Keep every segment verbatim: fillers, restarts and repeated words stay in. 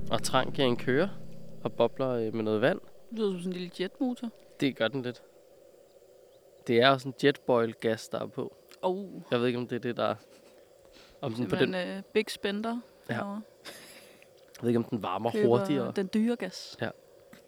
Og Trangiaen kører og bobler øh, med noget vand. Det lyder som sådan en lille jetmotor. Det gør den lidt. Det er også en jetboil-gas, der er på. Oh. Jeg ved ikke, om det er det, der er. Om den på den... Uh, big spender. Ja. Herovre. Jeg ved ikke, om den varmer Køber hurtigere. den dyre gas. Ja.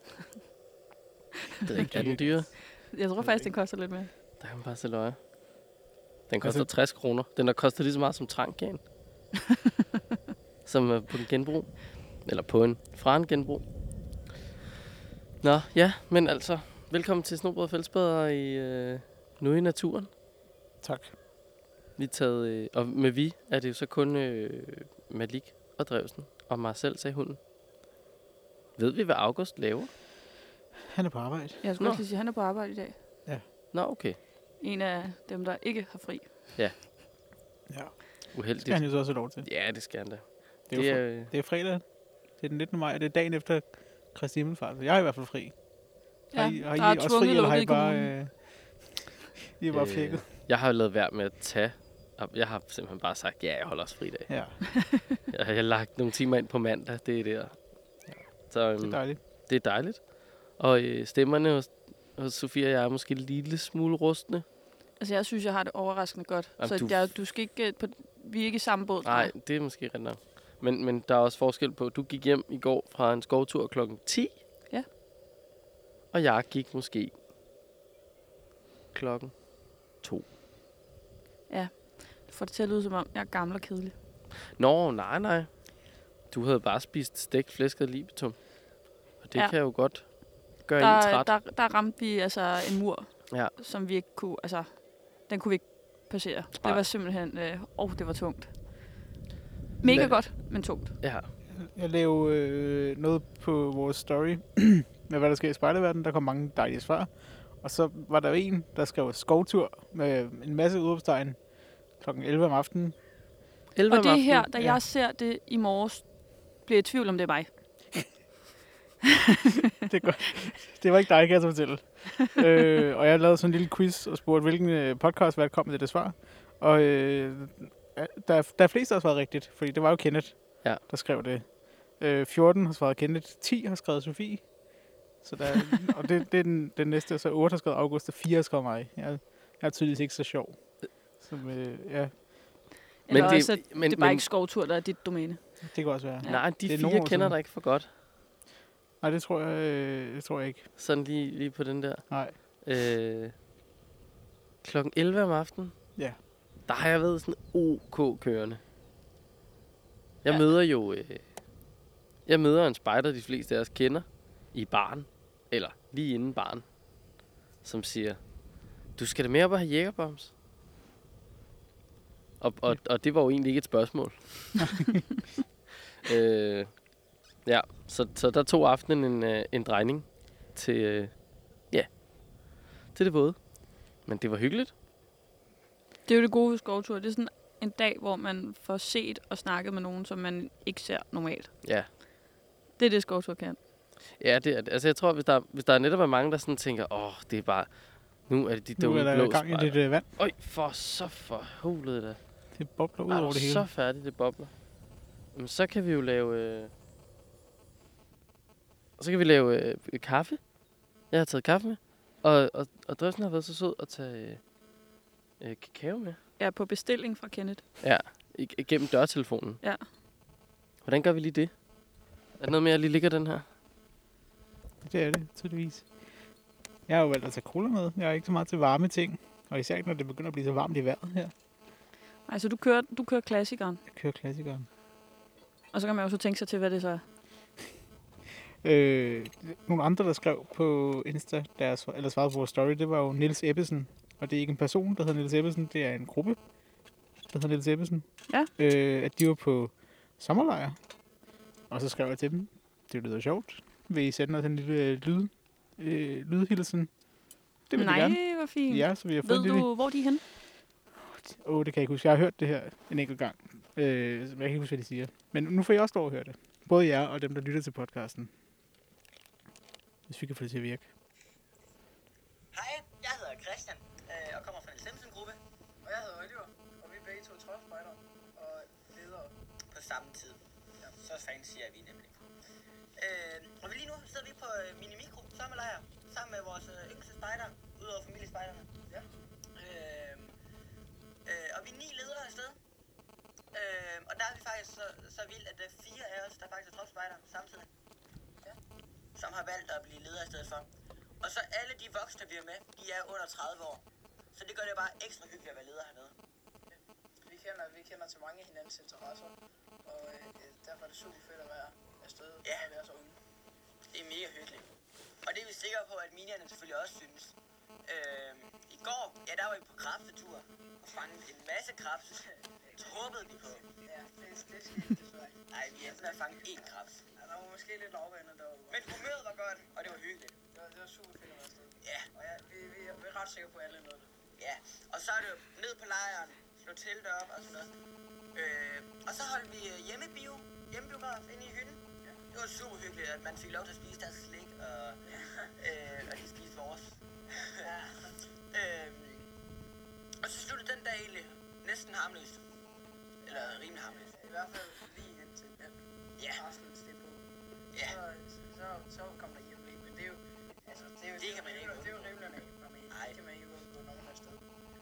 Det er ikke er den dyre. Jeg tror faktisk, den koster lidt mere. Der kan man bare se løje. Den koster altså... tres kroner. Den har kostet lige så meget som Trangiaen. som uh, på en genbrug. Eller på en fra en genbrug. Nå, ja, men altså, velkommen til Snobrød og Fællesbader i øh, nu i naturen. Tak. Vi er taget, øh, og med vi er det jo så kun øh, Malik og Drevsen og mig selv, sagde hunden. Ved vi, hvad August laver? Han er på arbejde. Jeg skulle også lige sige, at han er på arbejde i dag. Ja. Nå, okay. En af dem, der ikke har fri. Ja. Ja. Uheldigt. Det skal han jo så også have lov til. Ja, det skal han da. Det er, det er, det er fredag. Det er den nittende maj, og det er dagen efter Kristi Himmelfart. Jeg er i hvert fald fri. Ja, har I, har I der er også fri, eller har I bare, øh, I er bare øh, flækket? Jeg har jo lavet værd med at tage. Jeg har simpelthen bare sagt, ja, jeg holder også fri i dag. Ja. jeg, jeg har lagt nogle timer ind på mandag, det er der. Ja. Så, øhm, det er dejligt. Det er dejligt. Og øh, stemmerne hos, hos Sofie og jeg er måske en lille smule rustne. Altså, jeg synes, jeg har det overraskende godt. Jamen, så du... jeg, du skal ikke... På, vi er ikke i samme båd. Nej, det er måske ret nok. Men, men der er også forskel på, du gik hjem i går fra en skovtur klokken ti. Ja. Og jeg gik måske klokken to. Ja, du får det til at lyde, som om jeg er gammel og kedelig. Nå, nej, nej. Du havde bare spist stegt flæsk og libetum. Og det ja. kan jo godt gøre der, en træt. Der, der ramte vi altså en mur, ja. som vi ikke kunne... Altså, den kunne vi ikke passere. Det nej. var simpelthen... Åh, øh, oh, det var tungt. Mega Lad... godt, men tungt. Ja. Jeg lavede øh, noget på vores story med, hvad der sker i spejderverdenen. Der kom mange dejlige svar. Og så var der en, der skrev skovtur med en masse udopstegn klokken elleve om aftenen. elleve og det om aftenen. her, da ja. jeg ser det i morges, bliver jeg i tvivl om, det er mig. det, er godt. Det var ikke dig, kan jeg så fortælle. øh, og jeg lavede sådan en lille quiz og spurgte, hvilken podcast hvad kom med det, det svar. Og øh, der, der er flest, der har svaret rigtigt, fordi det var jo Kenneth, ja. der skrev det. Øh, fjorten har svaret Kenneth, ti har skrevet Sofie. Så der, og det, det er den, den næste, så otte har skrevet August, og fire har skrevet mig. Jeg, jeg er tydeligvis ikke så sjov. Som, øh, ja. Men det, også, men, det er bare men, ikke skovtur, der er dit domæne. Det kan også være. Ja. Nej, de fire kender sådan. dig ikke for godt. Nej, det tror jeg, øh, det tror jeg ikke. Sådan lige, lige på den der. Nej. Øh, klokken elleve om aftenen. Ja. Der har jeg været sådan OK kørende. Jeg ja. møder jo... Øh, jeg møder en spejder, de fleste af os kender, i baren. Eller lige inden baren. Som siger, du skal da mere op og have jægerbombs. Og, og, og det var jo egentlig ikke et spørgsmål. øh, ja, så, så der tog aftenen en, øh, en drejning til, øh, ja, til det våde. Men det var hyggeligt. Det er jo det gode ved skovtur. Det er sådan en dag, hvor man får set og snakket med nogen, som man ikke ser normalt. Ja. Det er det, skovtur kan. Ja, det er det. Altså jeg tror, hvis der, hvis der er netop er mange, der sådan tænker, åh, oh, det er bare, nu er det de dumme blå. Nu er der gang i dit øh, vand. Øj, for så for hulet da. Det bobler ud over det hele. Så færdigt, det bobler. Men så kan vi jo lave... Øh... Så kan vi lave øh, kaffe. Jeg har taget kaffe med. Og, og, og Drevsen har været så sød at tage øh, kakao med. Ja, på bestilling fra Kenneth. Ja, gennem dørtelefonen. Ja. Hvordan gør vi lige det? Er der noget med, at jeg lige ligger den her? Det er det, tydeligvis. Jeg har jo valgt at tage cola med. Jeg er ikke så meget til varme ting. Og især ikke, når det begynder at blive så varmt i vejret her. Altså, du kører, du kører klassikeren. Jeg kører klassikeren. Og så kan man jo så tænke sig til, hvad det så er. øh, nogle andre, der skrev på Insta, deres, eller svarede på vores story, det var jo Niels Ebbesen. Og det er ikke en person, der hedder Niels Ebbesen. Det er en gruppe, der hedder Niels Ebbesen. Ja. Øh, at de var på sommerlejr. Og så skrev jeg til dem, det lyder sjovt. Vil I sende os en lille lyd, øh, lydhilsen? Det vil Nej, jeg gerne. hvor fint. Ja, så vi har fået Ved lille... du, hvor de er henne? Åh, oh, det kan jeg ikke huske. Jeg har hørt det her en enkelt gang. Øh, jeg kan ikke huske, hvad de siger. Men nu får I også lov at høre det. Både jer og dem, der lytter til podcasten. Hvis vi kan få det til at virke. Hej, jeg hedder Christian øh, og kommer fra en Simpson-gruppe. Og jeg hedder Oliver, og vi er begge to tropspejder og ledere på samme tid. Ja, så fancy er vi nemlig. Øh, og vi lige nu sidder vi på øh, Minimikro, sommerlejr, sammen med vores øh, yngste spejder, udover familiespejderne. Ja. Øh, øh, og vi er ni ledere afsted. Øh, og der er vi faktisk så, så vildt, at der er fire af os, der faktisk er tropspejder samtidig. Ja. Som har valgt at blive ledere i stedet for. Og så alle de voksne, vi er med, de er under tredive år. Så det gør det bare ekstra hyggeligt at være leder hernede. Ja. Vi kender, vi kender til mange hinandens interesser, og øh, derfor er det super fedt at være afsted, Ja. når vi er så unge. Det er mega hyggeligt. Og det er vi sikre på, at minierne selvfølgelig også synes. Øh, I går, ja, der var vi på krabsetur og fangede en masse krabs. Håbede vi på. Ja, det, det skete desværre. Nej, vi endte med at fange én krabs. Ja, der var måske lidt lavvandet derude. Men humøret var godt, og det var hyggeligt. Det var, det var super fedt at være afsted. Ja. Og ja, vi, vi, vi er ret sikre på, at alle nåede det. Ja, og så er det jo ned på lejren, slå telte op og sådan noget. Øh, og så holdt vi øh, hjemmebio, hjemmebiograf inde i hytten. Ja. Det var super hyggeligt, at man fik lov til at spise deres slik, og, øh, og de spiste vores. Ja. øh, og så sluttede den dag egentlig næsten harmløst. Eller rimelig harmløst. I hvert fald lige indtil at Ja. Arsenal steg på. Ja. Så, så, så kom der hjem lige, men det er jo, altså, det er jo, Det kan man ikke det er jo rimelig af. Nej. Det kan man ikke gå nogen afsted.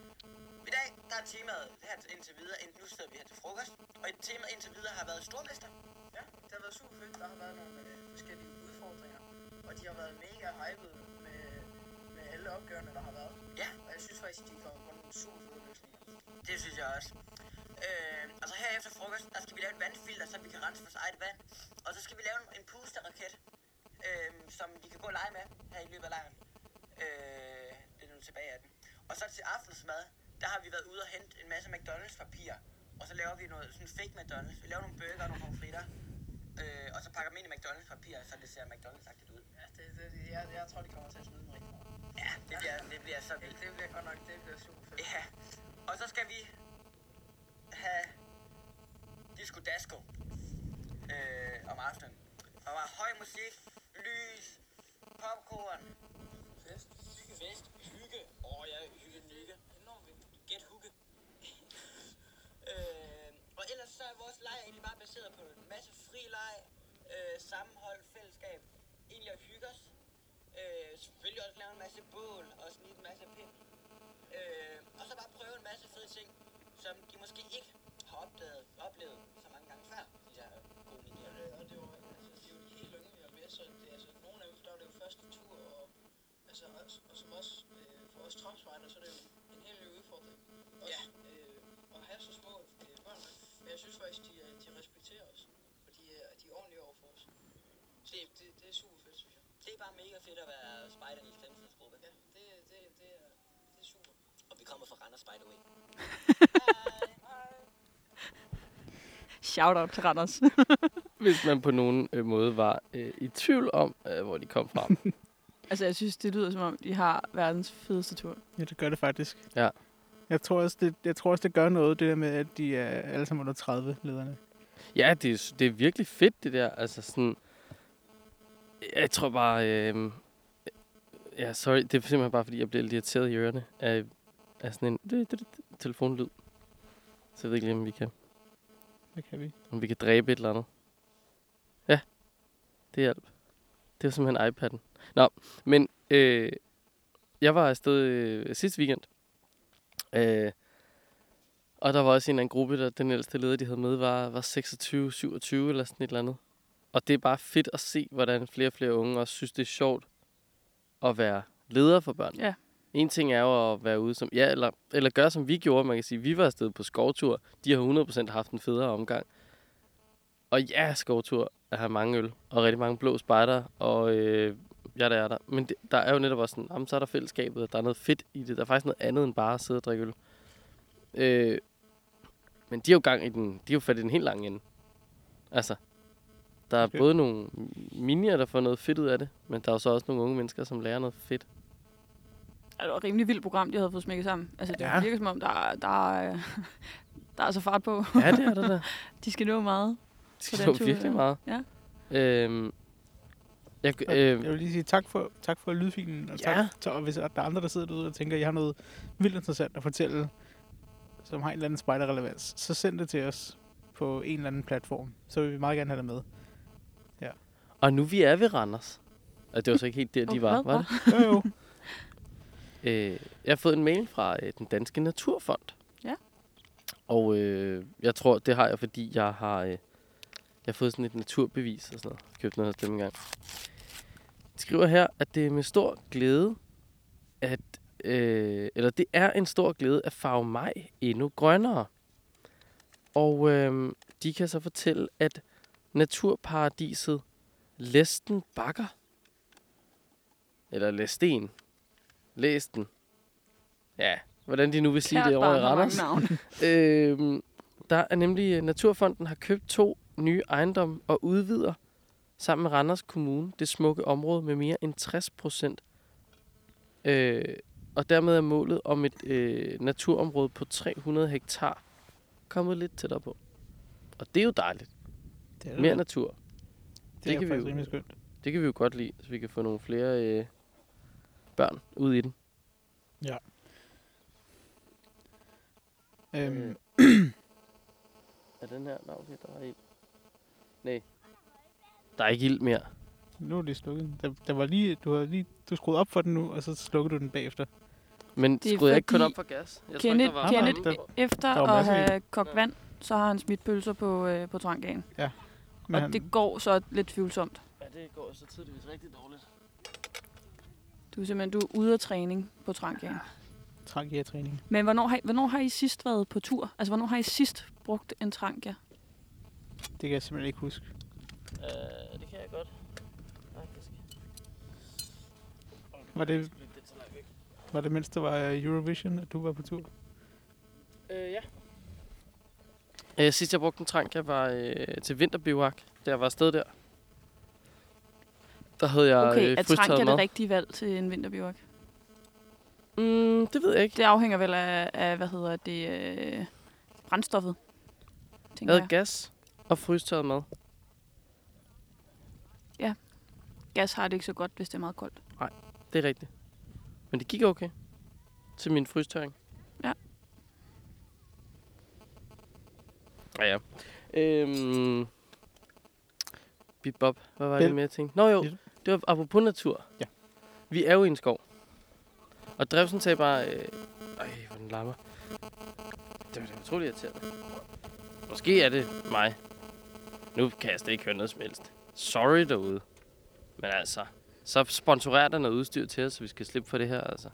I dag, der er temaet her til indtil videre, ind- nu sidder vi her til frokost, og temaet indtil videre har været stormester. Ja, det har været super fedt. Der har været nogle øh, forskellige udfordringer, og de har været mega hyped med, med alle opgørene, der har været. Ja. Og jeg synes faktisk, de er kommet på nogle super fede løsninger. Det synes jeg også. Øh, altså her efter frokost, der skal vi lave et vandfilter, så vi kan rense vores eget vand. Og så skal vi lave en pusterraket, øh, som vi kan gå og lege med her i løbet af lejren. Øh, det er nu tilbage af den. Og så til aftensmad, der har vi været ude og hente en masse McDonald's-papir. Og så laver vi noget sådan fake McDonald's. Vi laver nogle burger og nogle pomfritter. Øh, og så pakker vi ind i McDonald's-papir, så det ser McDonald's-agtigt ud. Ja, det, det, det, jeg, jeg tror, de kommer til at snyde mig rigtig meget. Ja, det bliver, det bliver så Det, vildt. det bliver godt nok, det bliver super fedt. Ja, og så skal vi have disco dasko øh, om aftenen. Og der er høj musik, lys, popcorn, Fest. fest, hygge. Åh oh, ja, hygge, hygge. Enormt vigtigt. Get hygge. øh, og ellers så er vores leg egentlig bare baseret på en masse fri leg, øh, sammenhold, fællesskab. Egentlig at hygge os. Øh, selvfølgelig også lave en masse bål og snige en masse pind. Øh, og så bare prøve en masse fede ting, som de måske ikke har opdaget, oplevet så mange gange før, de der gode Og minier. det, og det er jo, altså, det er jo de helt unge, vi har med, så det, altså, nogle af dem, der er det jo første tur, og, altså, og, og som også, øh, for os tropspejder, så er det jo en helt ny udfordring. Også, Ja. øh, at have så små øh, børn med. Men jeg synes faktisk, de, øh, de respekterer os, og de, er- de er ordentlige over for os. Så det, det, det er super fedt, synes jeg. Det er bare mega fedt at være spejder i Stemsens gruppe. Ja, det, det, det, er, det er super. Og vi kommer fra Randers Spider Way. Shout out til Randers. Hvis man på nogen øh, måde var øh, i tvivl om, øh, hvor de kom fra. Altså, jeg synes, det lyder som om, de har verdens fedeste tur. Ja, det gør det faktisk. Ja. Jeg tror også, det, jeg tror også, det gør noget, det der med, at de er alle sammen under tredive, lederne. Ja, det er, det er virkelig fedt, det der. Altså sådan... Jeg tror bare... Øh, ja, sorry. Det er simpelthen bare, fordi jeg bliver lidt irriteret i ørerne af, af sådan en det, det, det, telefonlyd. Så jeg ved ikke lige, om vi kan, Det kan vi. om vi kan dræbe et eller andet. Ja, det hjælp. Det er simpelthen iPad'en. Nå, men øh, jeg var afsted øh, sidste weekend. Øh, og der var også en eller anden gruppe, der den ældste leder, de havde med, var, var seksogtyve, syvogtyve eller sådan et eller andet. Og det er bare fedt at se, hvordan flere og flere unge også synes, det er sjovt at være leder for børn. Ja. En ting er jo at være ude som... Ja, eller, eller gøre som vi gjorde. Man kan sige, vi var afsted på skovtur. De har hundrede procent haft en federe omgang. Og ja, skovtur har mange øl. Og rigtig mange blå spejder. Og øh, ja, der er der. Men det, der er jo netop også sådan, jamen, så er der fællesskabet. Og der er noget fedt i det. Der er faktisk noget andet end bare at sidde og drikke øl. Øh, men de er jo gang i den... De er jo fat i den helt lange ende. Altså... Der er Okay. både nogle minier, der får noget fedt ud af det, men der er jo så også nogle unge mennesker, som lærer noget fedt. Altså, det var et rimelig vildt program, de havde fået smækket sammen. Altså, det Ja. virker som om, der, der, er- der er så fart på. Ja, det er der der. De skal nå meget. De skal På nå den tur, virkelig ja. meget. Ja. Øhm, jeg, Og øh, Jeg vil lige sige tak for, tak for lydfilen, og tak Ja. til, og hvis der er andre, der sidder derude og tænker, at I har noget vildt interessant at fortælle, som har en eller anden spejderrelevans, så send det til os på en eller anden platform. Så vil vi meget gerne have det med. Og nu vi er ved Randers. Og det var så ikke helt der, de Oh, var, hvad? var det? Jo, jo. Øh, jeg har fået en mail fra øh, den Danske Naturfond. Ja. Og øh, jeg tror, det har jeg, fordi jeg har, øh, jeg har fået sådan et naturbevis og sådan noget. Købt noget af dem engang. De skriver her, at det er med stor glæde, at, øh, eller det er en stor glæde at farve maj endnu grønnere. Og øh, de kan så fortælle, at naturparadiset Læsten Bakker, eller Læsten, Læsten, ja, hvordan de nu vil sige Kært det over i barn har mange Randers. navne. Øhm, der er nemlig, Naturfonden har købt to nye ejendomme og udvider sammen med Randers Kommune det smukke område med mere end tres procent. Øh, og dermed er målet om et øh, naturområde på tre hundrede hektar kommet lidt tættere på. Og det er jo dejligt. Det er Mere det. natur. Det, det er kan vi faktisk jo- rimelig skønt. Det kan vi jo godt lide, så vi kan få nogle flere øh, børn ud i den. Øhm, Er den her? Nå, okay, der er ild. Nej. Der er ikke ild mere. nu er det slukket. Der, der var lige, du har lige, du skruede op for den nu, og så slukkede du den bagefter. Men Det er skruede jeg ikke kun fordi op for gas? Jeg Kenneth, tror der var- Kenneth der- efter der var at masser i have kogt vand, så har han smidt pølser på, øh, på trankagen. Men Og han, det går så lidt tvivlsomt. Ja, det går så tydeligvis rigtig dårligt. Du er simpelthen du er ude af træning på trankagen. trak i træning. Men hvornår har, I, hvornår har I sidst været på tur? Altså, hvornår har I sidst brugt en tranka? Det kan jeg simpelthen ikke huske. Uh, det kan jeg godt. Faktisk. Var det, var det mens der var øh, Eurovision, at du var på tur? Øh, ja. Øh, sidst jeg brugte en tranka var øh, til vinterbivak, da jeg var afsted der. Der havde jeg Okay, øh, er tranka frystaget det mad. rigtige valg til en vinterbivak? Mm, det ved jeg ikke. Det afhænger vel af, af hvad hedder det, øh, brændstoffet, Jeg tænker havde jeg. gas og frystaget mad. Gas har det ikke så godt, hvis det er meget koldt. Det er rigtigt. Men det gik okay. Til min frystørring. Ja. Ja, ja. Øhm. Bip Bob. Hvad var Vel- det med, jeg tænkte? Nå jo, Ja. det var apropos natur. Ja. Vi er jo i en skov. Og Drevsen sagde bare... Øh, ej, hvor den larmer. Det var da utroligt irriterende. Måske er det mig. Nu kan jeg slet ikke høre noget som helst. Sorry derude. Men altså, så sponsorer der noget udstyr til os, så vi skal slippe for det her, altså.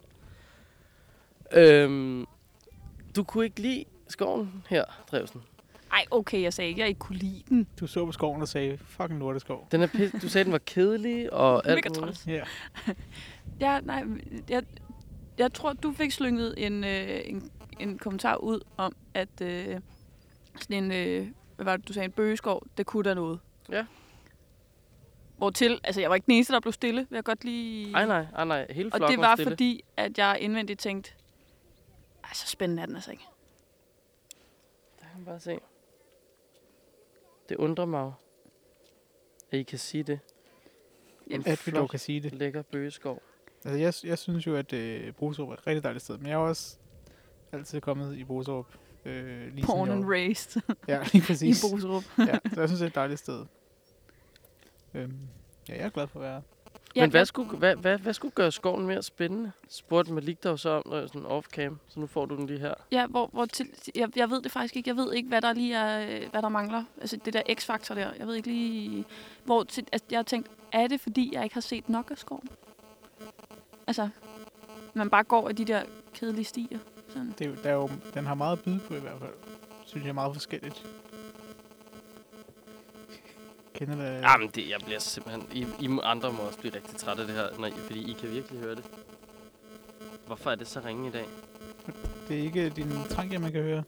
Øhm, du kunne ikke lide skoven her, Drevsen. Ej, okay, jeg sagde ikke, jeg ikke kunne lide den. Du så på skoven og sagde, fucking lorteskov. Den er pis- du sagde, den var kedelig og alt Mega muligt. træls. Ja. Ja, nej, jeg, jeg tror, du fik slynget en, øh, en, en kommentar ud om, at øh, sådan en, øh, hvad var det, du sagde, en bøgeskov, det kunne der noget. Ja. Hvortil, altså jeg var ikke den eneste, der blev stille, vil jeg godt lige... Ej nej, ej nej, hele Og flokken det var stille. fordi, at jeg indvendigt tænkte, ej, så spændende er den altså ikke. Der kan man bare se. Det undrer mig jo, at I kan sige det. Jamen, En At vi flot, dog kan sige det. lækker bøgeskov. Altså, jeg, jeg synes jo, at øh, Bruserup er et rigtig dejligt sted. Men jeg har også altid kommet i Bruserup. Øh, lige Born siden and jeg var- raised Ja, lige i præcis. Boserup. Ja, så jeg synes, det er et dejligt sted. Øhm, ja, jeg er glad for at være her. Ja, Men hvad jeg- skulle, hvad, hvad, hvad skulle gøre skoven mere spændende? Spurgte Malik dig jo så om, når jeg sådan off-cam, så nu får du den lige her. Ja, hvor, hvor til, jeg, jeg ved det faktisk ikke. Jeg ved ikke, hvad der lige er, øh, hvad der mangler. Altså det der X-faktor der. Jeg ved ikke lige, hvor til, altså, jeg har tænkt, er det fordi, jeg ikke har set nok af skoven? Altså, man bare går i de der kedelige stier. Sådan. Det er, jo- der er jo, den har meget at byde på i hvert fald. Synes jeg er meget forskelligt. Kender det? Jamen, det, jeg bliver simpelthen... I, I andre må også blive rigtig trætte af det her, når I, fordi I kan virkelig høre det. Hvorfor er det så ringe i dag? Det er ikke din tranke, man kan høre.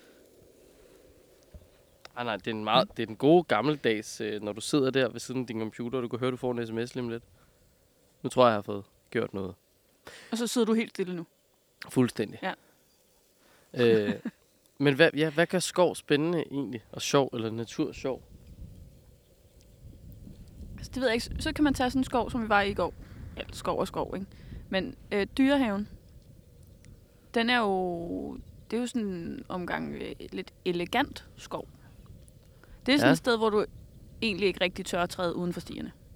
Ah, nej, det er, en meget, det er den gode gammeldags, øh, når du sidder der ved siden af din computer, og du kan høre, du får en sms lige om lidt. Nu tror jeg, jeg har fået gjort noget. Og så sidder du helt stille nu. Fuldstændig. Ja. Øh, men hvad, ja, hvad gør skov spændende egentlig? Og sjov, eller natur sjov? Altså, det ved jeg ikke. Så kan man tage sådan en skov, som vi var i i går. Ja, skov og skov, ikke? Men øh, Dyrehaven, den er jo... Det er jo sådan en omgang øh, lidt elegant skov. Det er sådan Ja. et sted, hvor du egentlig ikke rigtig tør at træde uden for stierne.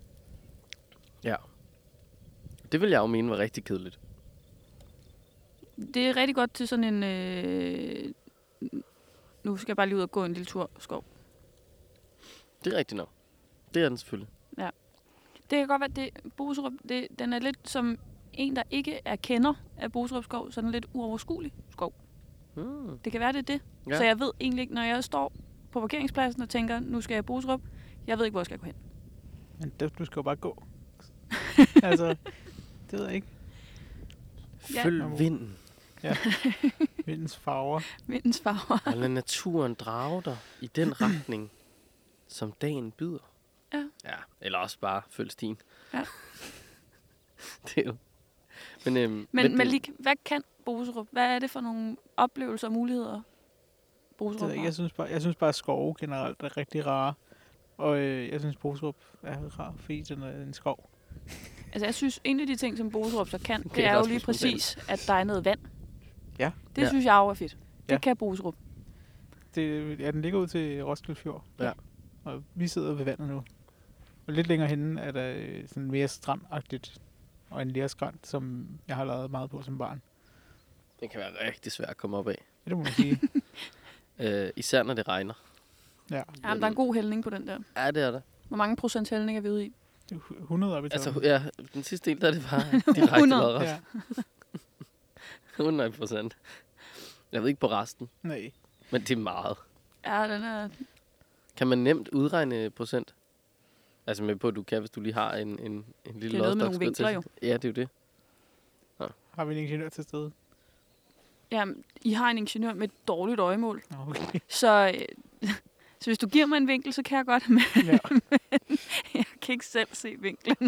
Ja. Det vil jeg jo mene var rigtig kedeligt. Det er rigtig godt til sådan en... Øh, nu skal jeg bare lige ud og gå en lille tur skov. Det er rigtigt nok. Det er den selvfølgelig. Det kan godt være, det Boserup, det, den er lidt som en, der ikke er kender af Boserup skov, så den er lidt uoverskuelig skov. Hmm. Det kan være, det er det. Ja. Ja. Så jeg ved egentlig ikke, når jeg står på parkeringspladsen og tænker, nu skal jeg i Boserup, jeg ved ikke, hvor jeg skal gå hen. Men det, du skal jo bare gå. altså, det ved jeg ikke. Ja. Følg vinden. Vindens farver. Vindens farver. Og lad naturen drage dig i den retning, som dagen byder. Ja. Ja, eller også bare følg stien. Ja. det er jo... Men, øhm, Men, men men det- Malik, hvad kan Boserup? Hvad er det for nogle oplevelser og muligheder, Det Boserup ved jeg, ikke. har? jeg, synes bare, jeg synes bare, at skove generelt er rigtig rare. Og øh, jeg synes, Boserup er rar, fordi den er en skov. Altså, jeg synes, en af de ting, som Boserup så kan, Okay, det er jo Rasmus lige Montell. præcis, at der er noget vand. Ja. Det Ja. synes jeg jo er fedt. Det Ja. kan Boserup. Det, ja, den ligger ud til Roskilde Fjord. Ja. Og vi sidder ved vandet nu. Og lidt længere henne er der øh, sådan mere strandagtigt. Og en lerskrænt, som jeg har lavet meget på som barn. Det kan være rigtig svært at komme op af. Ja, det må man sige. Øh, især når det regner. ja. Jamen, der er en god hældning på den der. Ja, det er der. Hvor mange procent hældning er vi ude i? Det er hundrede op i Altså, toppen. ja, den sidste del, der er det bare direkte hundrede. lodret. Ja. hundrede procent. Jeg ved ikke på resten, Nej. men det er meget. Ja, den er... Kan man nemt udregne procent? Altså med på, at du kan, hvis du lige har en, en, en lille Det er noget med lodstok, nogle skulle jeg til at vinkler, sige. Ja, det er jo det. Har vi en ingeniør til stede? Jamen, I har en ingeniør med et dårligt øjemål. Nå, okay. Så, øh, så hvis du giver mig en vinkel, så kan jeg godt, men Ja. jeg kan ikke selv se vinklen.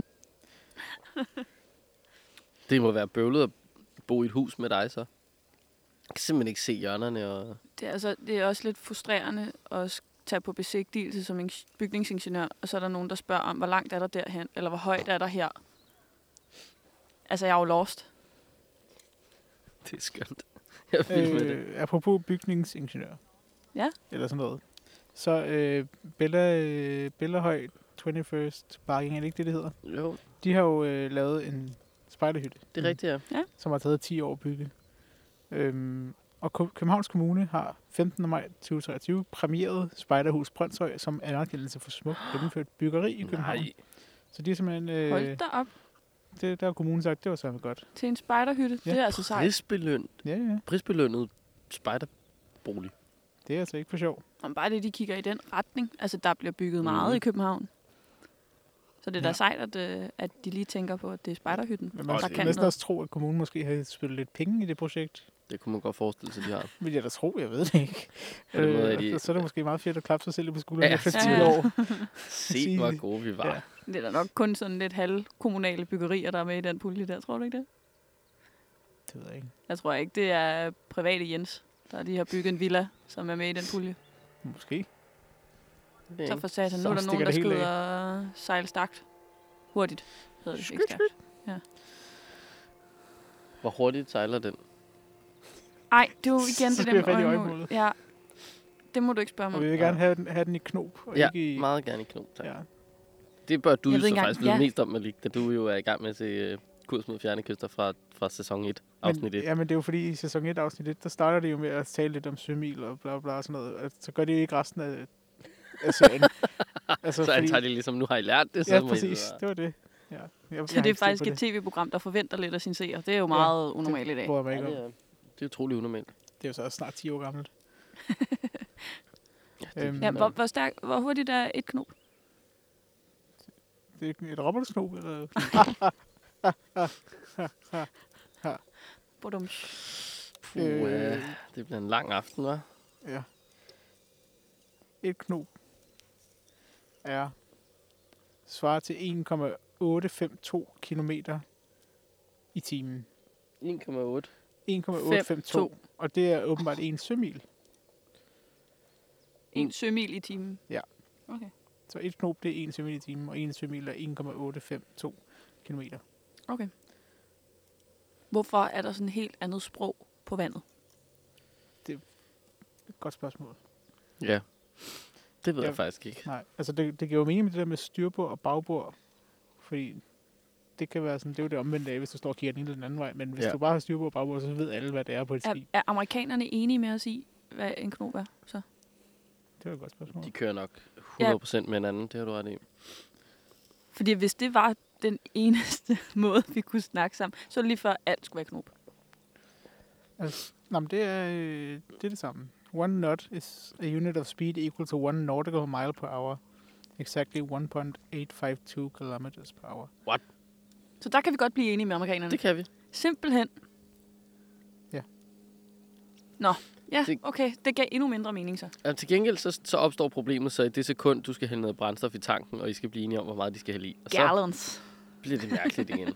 Det må være bøvlet at bo i et hus med dig, så. Jeg kan simpelthen ikke se hjørnerne. Og... Det er, altså, det er også lidt frustrerende at sk- tage på besigtigelse som en bygningsingeniør, og så er der nogen, der spørger om, hvor langt er der derhen, eller hvor højt er der her. Altså, jeg er jo lost. Det er skønt. Jeg er vild med det. Øh, apropos bygningsingeniør. Ja. Eller sådan noget. Så øh, Bella, øh, Bellahøj enogtyvende Parking, er det ikke det, det hedder? Jo, De har jo øh, lavet en spejderhytte, det er rigtigt, ja. som har taget ti år at bygge. Øhm, og Kø- Københavns Kommune har femtende maj to tusind og treogtyve præmieret Spejderhus Brøndshøj som anerkendelse for smukt gennemført byggeri i København. Nej. Så de er simpelthen... Øh, Hold da op det, der har kommunen sagt, det var simpelthen godt. til en spejderhytte. Ja. Det er altså sejt. Prisbeløn, Ja, ja. prisbelønnet spejderbolig. Det er altså ikke for sjov. Om bare det, de kigger i den retning. Altså, der bliver bygget meget Mhm. i København. Så det er da Ja. sejt, at, øh, at de lige tænker på, at det er spejderhytten, Men der man Og skal kan næsten noget. også tro, at kommunen måske har spillet lidt penge i det projekt. Det kunne man godt forestille sig, de har. Vil jeg da tro, jeg ved det ikke. På den måde er de- Øh, så er det måske meget fedt at klappe sig selv på skulderen Ja, efter ti ja. år. Se, hvor gode vi var. Ja. Det er da nok kun sådan lidt halvkommunale byggerier, der er med i den pulje der. Tror du ikke det? Det ved jeg ikke. Jeg tror ikke, det er private Jens, der lige har bygget en villa, som er med i den pulje. Måske. Det er Så ikke- for satan, nu Så er der stikker nogen, der det skal helt ud og sejle stakt. Hurtigt hedder det, ikke stærkt. Hvor hurtigt sejler den? Ej, det er jo igen Så det skal der jeg fat i med øjemålet. øjemål. Ja, det må du ikke spørge mig Og vi om. vil gerne have den, have den i knop, og Ja, ikke i... meget gerne i knop, tak. Ja. Det bør du Jeg jo ved så ikke engang- faktisk vide ja. mest om, Malik, da du jo er i gang med at se uh, Kurs mod fjerne kyster fra, fra sæson et, afsnit Men, et. ja, men det er jo fordi i sæson et, afsnit et, der starter de jo med at tale lidt om sømil og bla bla og sådan noget. Og så gør de jo ikke resten af, af serien. altså, Så antager de ligesom, nu har I lært det, så Ja, må I præcis. videre. Det var det. Ja. Jeg, jeg Så har det er ikke styr faktisk på et tv-program, der forventer lidt af sin seer. Det er jo meget unormalt i dag. Det bryder jeg mig Ja, ikke det, om. er, det er utrolig unormalt. Det er jo så også snart ti år gammelt. Ja, det, Øhm, Ja, hvor, hvor, stærk, hvor hurtigt er et knop? Det er et robotknob, eller... Bodum. Puh, øh, øh, det bliver en lang aften, hva'? Ja. Et knop er svarer til en komma otte fem to kilometer i timen. en komma otte. en komma otte fem to. Og det er åbenbart en sømil. En sømil i timen. Ja. Okay. Så et knop, det er en sømil i timen, og en sømil er en komma otte fem to kilometer. Okay. Hvorfor er der sådan et helt andet sprog på vandet? Et godt spørgsmål. Ja. Det ved Ja. jeg faktisk ikke. Nej, altså det, det giver jo mening med det der med styrbord og bagbord. Fordi det kan være sådan, det er jo det omvendte af, hvis du står og kigger den ene eller den anden vej. Men hvis Ja. ja. du bare har styrbord og bagbord, så ved alle, hvad det er på et Er, skib. er amerikanerne enige med os i, hvad en knob er? Så? Det var et godt spørgsmål. De kører nok hundrede procent med hinanden, det har du ret i. Fordi hvis det var den eneste måde, vi kunne snakke sammen, så er det lige før, alt skulle være knob. Altså, nå, men det er, øh, det er det samme. One knot is a unit of speed equal to one nautical mile per hour. Exactly one point eight five two kilometers per hour. Så der kan vi godt blive enige med amerikanerne. Det kan vi. Simpelthen. Ja. Nå, ja, Det- okay. Det gav endnu mindre mening så. Altså, til gengæld så, så opstår problemet så i det sekund, du skal hælde noget brændstof i tanken, og I skal blive enige om, hvor meget de skal hælde i. Og så Gallons. bliver det mærkeligt igen.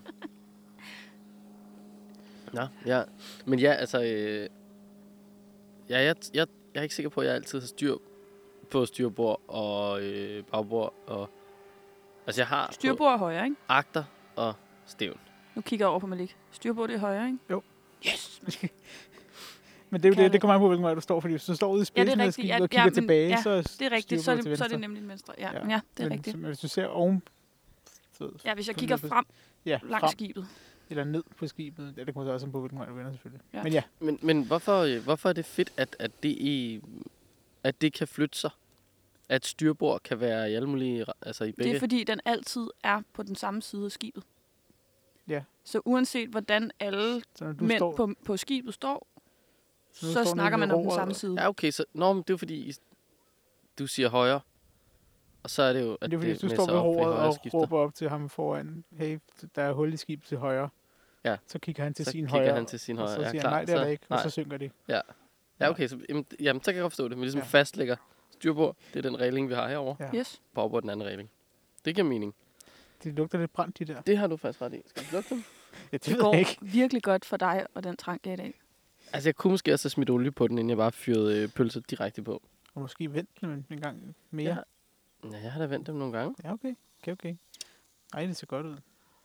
Nå, ja. Men ja, altså... Øh, ja, jeg, jeg, jeg er ikke sikker på, at jeg altid har styr på styrbord og øh, bagbord. Og, altså, jeg har på Styrbord er højre, ikke? agter og stævn. Nu kigger jeg over på Malik. Styrbord det er højre, ikke? Jo. Yes! Men det, er jo Kan det, det det. kommer an på, hvilken vej du står. Fordi hvis du står ude i spidsen rigtigt. af skibet Ja, og ja, kigger men- tilbage, ja, så er Det er rigtigt. Så er styrbord til det, så er det venstre. nemlig den venstre. Ja, Ja. men ja det er men, rigtigt. Men hvis du ser oven... Så, Ja, hvis jeg på kigger ned på- frem ja, langs frem, skibet. eller ned på skibet. Ja, det kommer så også an på, hvilken vej du vender selvfølgelig. Ja. Men ja, Men, men hvorfor, øh, hvorfor er det fedt, at, at, det i, at det kan flytte sig? At styrbord kan være i alle mulige... Altså i begge... Det er fordi, den altid er på den samme side af skibet. Ja. Så uanset hvordan alle så når du mænd står... på, på skibet står, Så nu så står snakker nede man ved om den roret, samme og- side. Ja, okay. Så, nå, men det er jo fordi, I- du siger højre. Og så er det jo, at det er fordi, hvis du med står sig ved op i roret højre og skifter. råber op til ham foran, hey, der er hul i skibet til højre. Ja. Så kigger han til Så sin kigger højre. han til sin og højre. så Ja, siger klar. han, nej, det er Så- der ikke. Og nej. så synker det. Ja, okay. Så, jamen, jamen, så kan jeg godt forstå det. Men ligesom Ja. ja. fastlægger styrbord, det er den regling, vi har herover. Ja. Yes. Bagbord den anden regling. Det giver mening. Det lugter lidt brændt, de der. Det har du faktisk ret i. Skal vi lukke dem? Ja, det Det ved jeg ikke. går virkelig godt for dig og den trang i dag. Altså, jeg kunne måske også have smidt olie på den, inden jeg bare fyrede øh, pølser direkte på. Og måske vent den en gang mere. Jeg har, ja, jeg har da vendt dem nogle gange. Ja, okay. Okay, okay. Ej, det ser godt ud.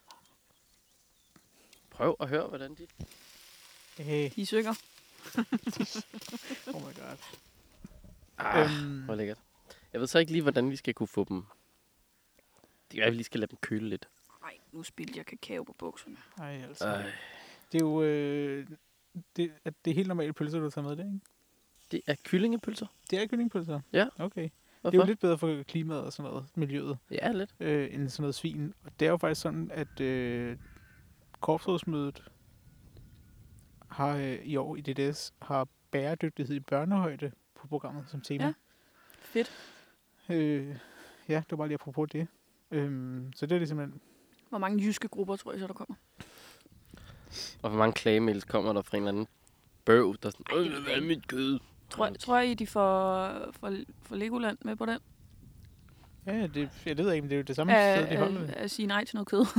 Prøv at høre, hvordan de... Hey, De synger. oh my god. Ah, Øhm, hvor lækkert. Jeg ved så ikke lige, hvordan vi skal kunne få dem... Det er, at vi lige skal lade dem køle lidt. Nej, nu spildte jeg kakao på bukserne. ej, altså. Ej. Det er jo... Øh, det, at det er helt normale pølser, du tager med det, ikke? Det er kyllingepølser. Det er kyllingpølser? Ja. Okay. Hvorfor? Det er jo lidt bedre for klimaet og sådan noget, miljøet, Ja, lidt. øh, end sådan noget svin. Og det er jo faktisk sådan, at øh, korpsrådsmødet har øh, i år i D D S har bæredygtighed i børnehøjde på programmet som tema. Ja. Fedt. Øh, ja, det var bare lige apropos det. Øhm, så det er det simpelthen... Hvor mange jyske grupper tror jeg så, der kommer? Og hvor mange klagemails kommer der fra en eller anden bøv, der er sådan... Øh, hvad er mit kød? Tror, tror I, de får, får, får Legoland med på den? Ja, det, jeg ved ikke, men det er jo det samme At, sted, de holder at, det. at sige nej til noget kød.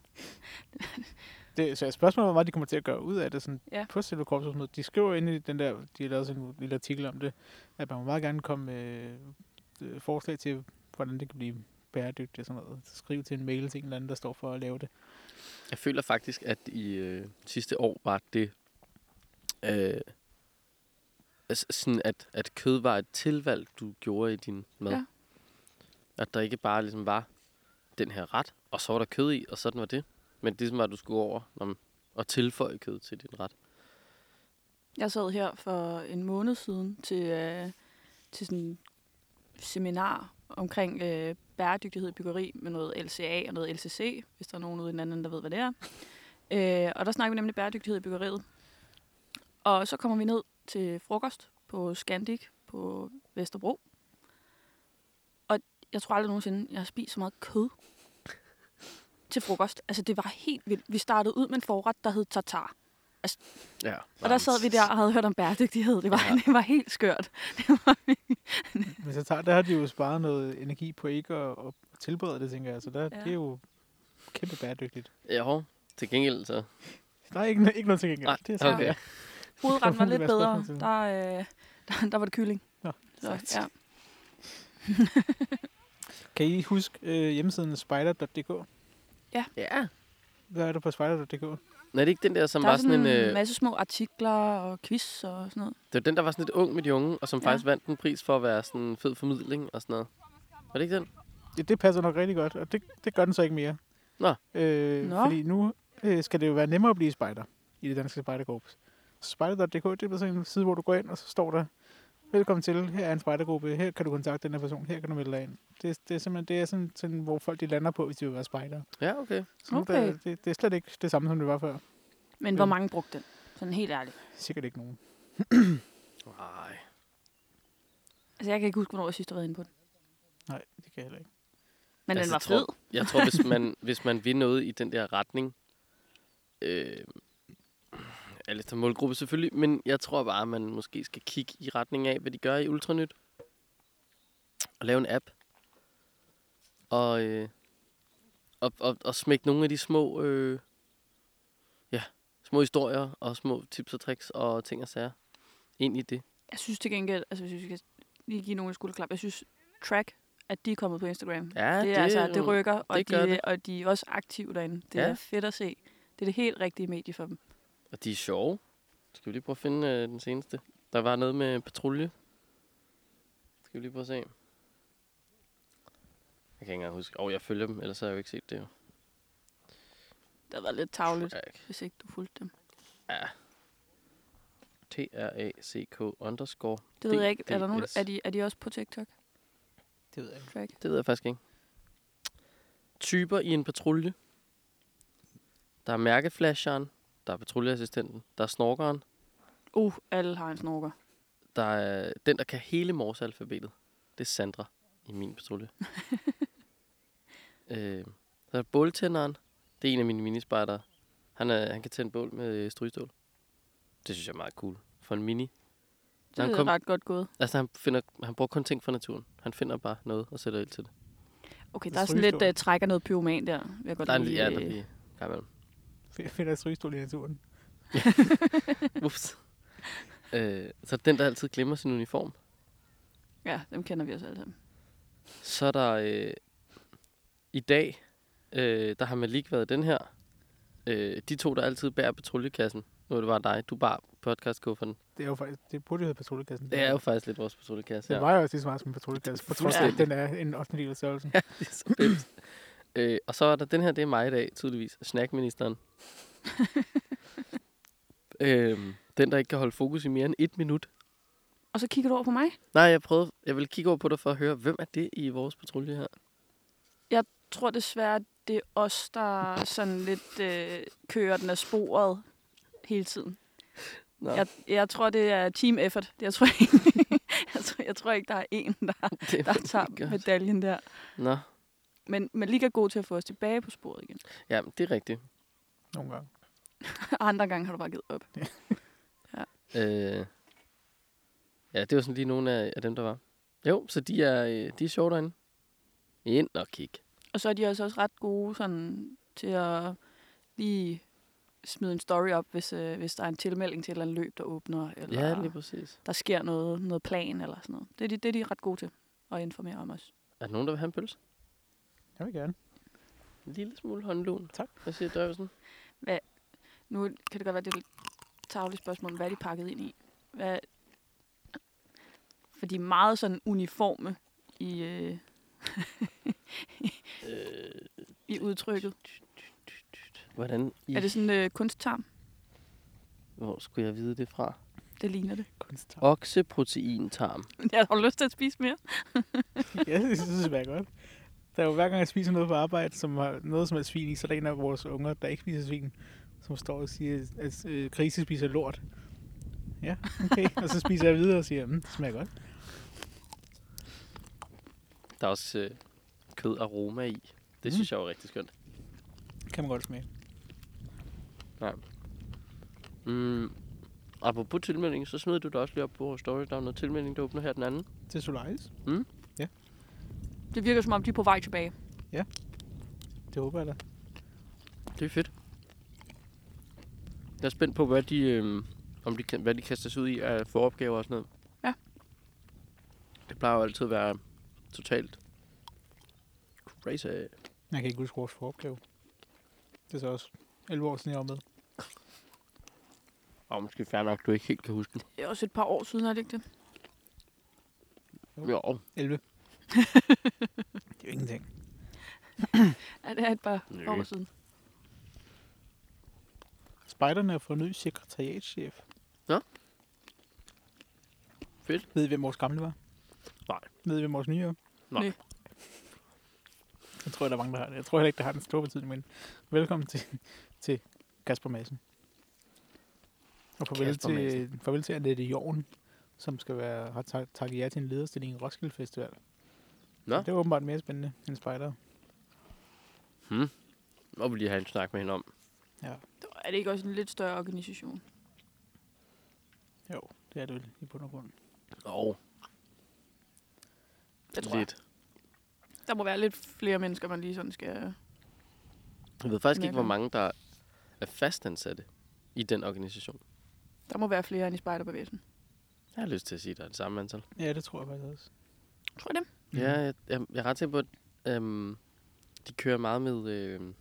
det. Så spørgsmålet er, hvor meget de kommer til at gøre ud af det sådan Ja. på selve korpsrådsmødet. De skriver inde i den der, de har lavet sådan en lille artikel om det, at man må meget gerne komme med øh, forslag til, hvordan det kan blive bæredygtigt og sådan noget. Skriv til en mail til en eller anden, der står for at lave det. Jeg føler faktisk, at i øh, sidste år var det... Øh, altså sådan, at, at kød var et tilvalg, du gjorde i din mad. Ja. At der ikke bare ligesom var den her ret, og så var der kød i, og sådan var det. Men det var, at du skulle over når man, og tilføje kød til din ret. Jeg sad her for en måned siden til, øh, til sådan en seminar omkring øh, bæredygtighed i byggeri med noget L C A og noget L C C, hvis der er nogen ude i den anden, der ved, hvad det er. Øh, og der snakker vi nemlig bæredygtighed i byggeriet. Og så kommer vi ned til frokost på Scandic på Vesterbro. Og jeg tror aldrig nogensinde, jeg har spist så meget kød til frokost. Altså, det var helt vildt. Vi startede ud med en forret, der hed tartar. Ja. Og der sad vi der og havde hørt om bæredygtighed. Det var, Ja. det var helt skørt. Men så tager, der har de jo sparet noget energi på ikke at, at tilberede det, tænker jeg. Så der, Ja. det er jo kæmpe bæredygtigt. Jo, til gengæld så... Der er ikke, ikke noget til gengæld. Nej, det er sådan, okay. det er. Hovedretten var Det lidt kan være bedre. spørgsmål til. Der, øh, der, der var det kylling. Nå, Så, sejt. ja. Kan I huske øh, hjemmesiden spider punktum d k? Ja. Hvad er der på spider punktum d k? Nej, det er ikke den der, som Der var er sådan en... sådan en Øh, masse små artikler og quiz og sådan noget. det var den, der var sådan lidt ung med de unge, og som Ja. faktisk vandt en pris for at være sådan en fed formidling og sådan noget. Var det ikke den? Ja, det passer nok rigtig godt, og det, det gør den så ikke mere. Nå. Øh, Nå. Fordi nu øh, skal det jo være nemmere at blive spejder i det danske spejderkorps. spejder punktum d k, det er sådan en side, hvor du går ind, og så står der, velkommen til, her er en spejdergruppe, her kan du kontakte den her person, her kan du melde dig ind. Det, det er simpelthen det er sådan, sådan, hvor folk de lander på, hvis de vil være spejder. Ja, okay. Så nu, Okay. der, det, det er slet ikke det samme, som det var før. Men hvor Mm. mange brugte den? Sådan helt ærligt. Sikkert ikke nogen. Nej. Altså, jeg kan ikke huske, hvornår jeg sidst har været inde på den. Nej, det kan jeg heller ikke. Men Altså, den var jeg tror- fed. Jeg tror, hvis man, hvis man vil noget i den der retning, øh, er lidt målgruppe selvfølgelig, men jeg tror bare, at man måske skal kigge i retning af, hvad de gør i Ultranyt. Og lave en app. Og, øh, og, og, og smække nogle af de små, øh, ja, små historier og små tips og tricks og ting og sager ind i det. Jeg synes til gengæld, altså hvis vi skal lige give nogle skulderklap, jeg synes Track, at de er kommet på Instagram. Ja, det, er, altså, det rykker, og, det gør de, det. og de er også aktive derinde. Det Ja. er fedt at se. Det er det helt rigtige medie for dem. Og de er sjove. Skal vi lige prøve at finde øh, den seneste? Der var noget med patrulje. Skal vi lige prøve at se. Jeg kan ikke engang huske. Åh, oh, jeg følger dem, ellers har jeg jo ikke set det jo. Det har været lidt tavligt, Track. hvis ikke du fulgte dem. Ja. T R A C K underscore. Det ved jeg ikke. Er, der nogen, D D S. er, de, er de også på TikTok? Det ved jeg ikke. Track? Det ved jeg faktisk ikke. Typer i en patrulje. Der er mærkeflasheren. Der er patruljeassistenten. Der er snorkeren. Uh, alle har en snorker. Der er den, der kan hele morsealfabetet. Det er Sandra i min patrulje. øh, så er der båltænderen. Det er en af mine minispejdere. Han, er, han kan tænde bål med øh, strygstål. Det synes jeg er meget cool. For en mini. Det han er kom- ret godt gået. Altså, han, finder, han bruger kun ting fra naturen. Han finder bare noget og sætter ild til det. Okay, Det der er er sådan lidt strygestål. uh, trækker noget pyroman der. Vil jeg godt Der er en lige, ja, der øh, lige gang imellem. Jeg finder et strygstol i naturen. Ups. øh, så den, der altid glemmer sin uniform. Ja, dem kender vi også alle sammen. Så er der øh, i dag, øh, der har Malik været den her. Øh, de to, der altid bærer patruljekassen. Nu er det bare dig. Du bar podcast-kufferten. Det er jo faktisk, det burde jo hedde patruljekassen. Det er jo faktisk lidt vores patruljekasse. Det Ja. var jo også lige så meget som en patruljekasse. På trods af, at Fuldstændig. den er en ottende del af størrelsen. Det er så fedt. øh, og så er der den her, det er mig i dag, tydeligvis. Snackministeren. øhm, den, der ikke kan holde fokus i mere end et minut. Og så kigger du over på mig. Nej, jeg prøvede, jeg vil kigge over på dig for at høre, hvem er det i vores patrulje her? Jeg tror desværre, det er os, der sådan lidt øh, kører den af sporet hele tiden. Nå, Jeg, jeg tror, det er team effort. Jeg tror ikke, jeg tror, jeg tror ikke der er en, der, det der ved tager jeg godt. medaljen der. Nå, Men Malik er god til at få os tilbage på sporet igen. ja, det er rigtigt. Nogle gange. Andre gange har du bare givet op. Øh, ja, det var sådan lige nogle af, af dem, der var. Jo, så de er, øh, de er sjove derinde. Ind og kig. Og så er de altså også ret gode sådan, til at lige smide en story op, hvis, øh, hvis der er en tilmelding til et eller andet løb, der åbner. Eller Ja, lige præcis. der sker noget, noget plan eller sådan noget. Det er, de, det er de ret gode til at informere om os. Er der nogen, der vil have en pølse? Jeg vil gerne. En lille smule håndlun. Tak. Hvad siger Dørvesen? Nu kan det godt være, det er et lidt tarveligt spørgsmål, hvad er de pakket ind i? Hvad... For de er meget sådan uniforme i, øh, Øh, i udtrykket. hvordan i... Er det sådan øh, kunsttarm? Hvor skulle jeg vide det fra? Det ligner det. Kunsttarm. Okseproteintarm. Jeg har lyst til at spise mere. Ja, det synes jeg smager godt. Der er jo hver gang, jeg spiser noget på arbejde, som har noget som er svin i, så er der en af vores unger, der ikke spiser svin, som står og siger, at øh, grise spiser lort. Ja, okay. Og så spiser jeg videre og siger, mm, det smager godt. Der er også øh, kød aroma i. Det Mm. synes jeg er rigtig skønt. Kan man godt smage. Mm. Apropos tilmelding, så smed du da også lige op på vores story. Der er noget tilmelding, der åbner her den anden. Til Solaris. Det virker som om, de er på vej tilbage. Det håber jeg da. Det er fedt. Jeg er spændt på, hvad de, øh, om de, kan- hvad de kaster sig ud i af foropgaver og sådan noget. Ja. Det plejer jo altid at være totalt crazy. Jeg kan ikke huske vores foropgave. Det er så også elleve år siden, jeg var med. Og måske fair nok, du ikke helt kan huske den. Det er også et par år siden, er det ikke det? Jo, elleve. Det er jo ingenting. Ja, det er et par Nø. år siden. Spejderne har fået ny sekretariatschef. Fedt. Ved I, hvem vores gamle var? Nej. Ved I, hvem vores nye er? Nej. Næ. Jeg tror, der er mange, der har det. Jeg tror heller ikke, det har den store betydning, men velkommen til, til Kasper Madsen. Og farvel Kasper til, Madsen. farvel til Annette Jorn, som skal være, har tak- takket ja til en lederstilling i Roskilde Festival. Nå. Så det er åbenbart mere spændende end spejder. Hmm. Må vi lige have en snak med hende om. Ja, Er det ikke også en lidt større organisation? jo, det er det vel i bund og grund. Åh, Det tror jeg. lidt. Der må være lidt flere mennesker, man lige sådan skal... Jeg ved faktisk ikke, Mærker. hvor mange, der er fastansatte i den organisation. Der må være flere end i spejderbevægelsen. Jeg har lyst til at sige, at der er det samme antal. Ja, det tror jeg faktisk også. Tror jeg det? Mhm. Ja, jeg, jeg, jeg er ret sikker på, at øhm, de kører meget med... Øhm,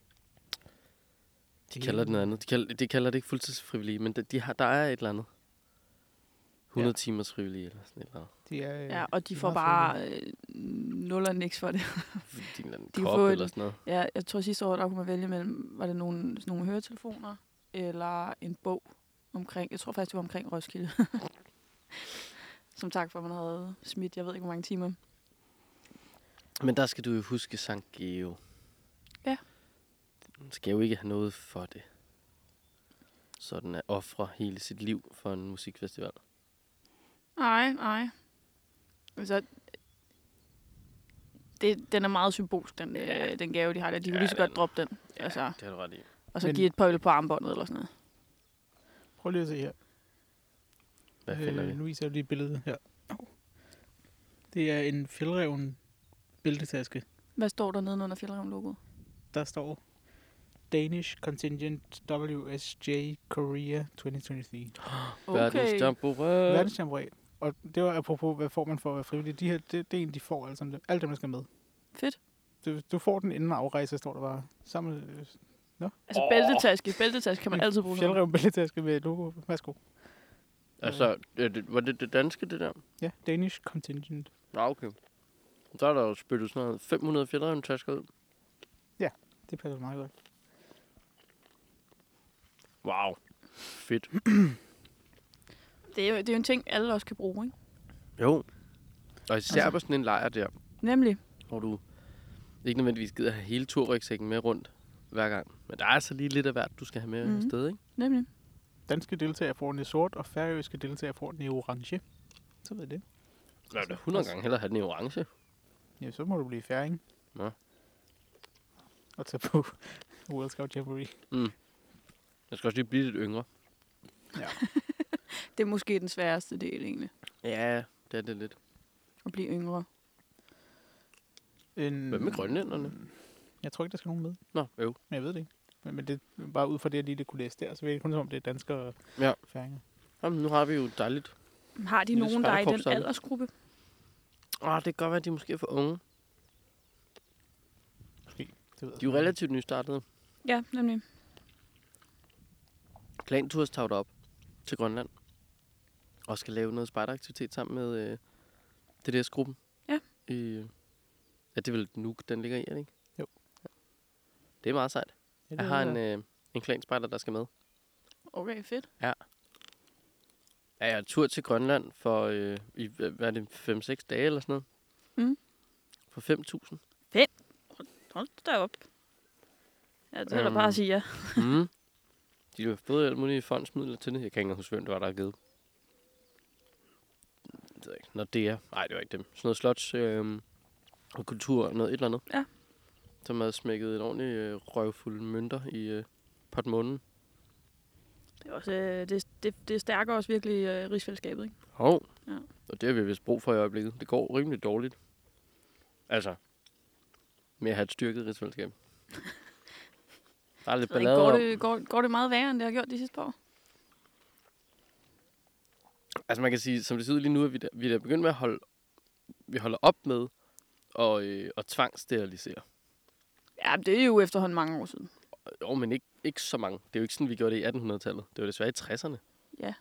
de kalder det noget andet. De kalder, de kalder det ikke fuldtidsfrivillige, men de, de har, der er et eller andet. hundrede Ja. timers frivillige eller sådan et eller andet. De er, øh, Ja, og de er får meget bare øh, nul og niks for det. Fordi de er en eller anden De kan kop få eller en- sådan noget. Ja, jeg tror sidste år, der kunne man vælge mellem, var det nogle, sådan nogle høretelefoner, eller en bog omkring, jeg tror faktisk, det var omkring Roskilde. Som tak for, at man havde smidt, jeg ved ikke, hvor mange timer. Men der skal du jo huske Sankt Geo. Ja. Man skal jo ikke have noget for det. Sådan at ofre hele sit liv for en musikfestival. Nej, nej. Altså, det, den er meget symbolsk, den, ja. den gave, de har der. De kunne Ja, lige så godt den- droppe den. Ja, Altså, det har du ret i. og så Men- give et pøjle på armbåndet eller sådan noget. Prøv lige at se her. Hvad finder vi? Nu viser jeg lige billedet her. Det er en fjeldreven bæltetaske. Hvad står der nede under Fjeldreven-logoet? Der står Danish Contingent W S J Korea tyve tyve-tre. Verdens Jamboree. Verdensjamboree. Og det var apropos, hvad får man for at være frivillig. De her, det, det er en, de får alle sammen. Alt dem, der skal med. Fedt. Du, du får den inden afrejse, står der bare. Sammen med Altså Åh. bæltetaske. Bæltetaske kan man altid bruge. sådan noget. fjeldreven bæltetaske med logo. Værsgo. Altså, er det, var det det danske, det der? Ja, Danish Contingent. Ja, okay. Så er der jo spyttet sådan noget fem hundrede fjeldrevne tasker ud. Det passer meget godt. Wow. Fedt. Det er, jo, det er jo en ting, alle også kan bruge, ikke? Jo. Og især Altså. på sådan en lejr der, Nemlig. hvor du ikke nødvendigvis gider have hele turrygsækken med rundt hver gang. Men der er altså lige lidt af hvert, du skal have med Mhm. mm. afsted, ikke? Nemlig. Danske deltagere får den i sort, og færøske deltagere får den i orange. Så ved I det. Jeg vil hundrede gange hellere have den i orange. Ja, så må du blive færing. Nå. Og tage på World Scout Jamboree. Jeg skal også lige blive lidt yngre. Ja. Det er måske den sværeste del, egentlig. Ja, det er det lidt. At blive yngre. En, Hvad med grønlænderne? Jeg tror ikke, der skal nogen med. Nå, øv. Men jeg ved det ikke. Men, men det er bare ud fra det, jeg lige det kunne læse der, så ved jeg kun som om det er danskere og Ja. færinger. Jamen, nu har vi jo dejligt. Har de Lille nogen, der er i den spejderkorps deroppe. aldersgruppe? Åh, det kan godt være, at de måske er for unge. Måske. Det ved jeg De er jo ikke. relativt nystartede. Ja, nemlig. Klantours tager op til Grønland. Og skal lave noget spejderaktivitet sammen med øh, det der gruppen. Ja. I, ja, det er vel Nuuk, den ligger i, er det ikke? Jo. Ja. Det er meget sejt. Ja, det Jeg har ved en, øh, en klanspejder, der skal med. Okay, fedt. Ja, jeg er tur til Grønland for, øh, i, hvad hvad er det, fem seks dage eller sådan noget. Mm. For fem tusind. Hold da op. Ja, det er da Øhm. bare at sige ja. Mm. De har fået alt mulige fondsmidler til det. Jeg kan ikke engang huske, hvem det var, der har givet. Det ved jeg ikke. Når det er... Nej, det var ikke dem. Sådan noget slots øh, og kultur og noget et eller andet. Ja. Som havde smækket en ordentlig øh, røvfuld mønter i øh, portemonnaien. Det er, også, øh, det, det, det stærker også virkelig øh, rigsfællesskabet, ikke? Hov. Ja. Og det har vi vist brug for i øjeblikket. Det går rimelig dårligt. Altså, med at have et styrket rigsfællesskab. Der er lidt Jeg ved ikke, ballade går, om... det, går, går det meget værre, end det har gjort de sidste par år? Altså man kan sige, som det ser ud lige nu, at vi, der, vi er der begyndt med at holde... Vi holder op med at, øh, at tvangssterilisere. Ja, det er jo efterhånden mange år siden. Jo, men ikke, ikke så mange. Det er jo ikke sådan, vi gjorde det i attenhundredetallet. Det var desværre i tresserne. Ja.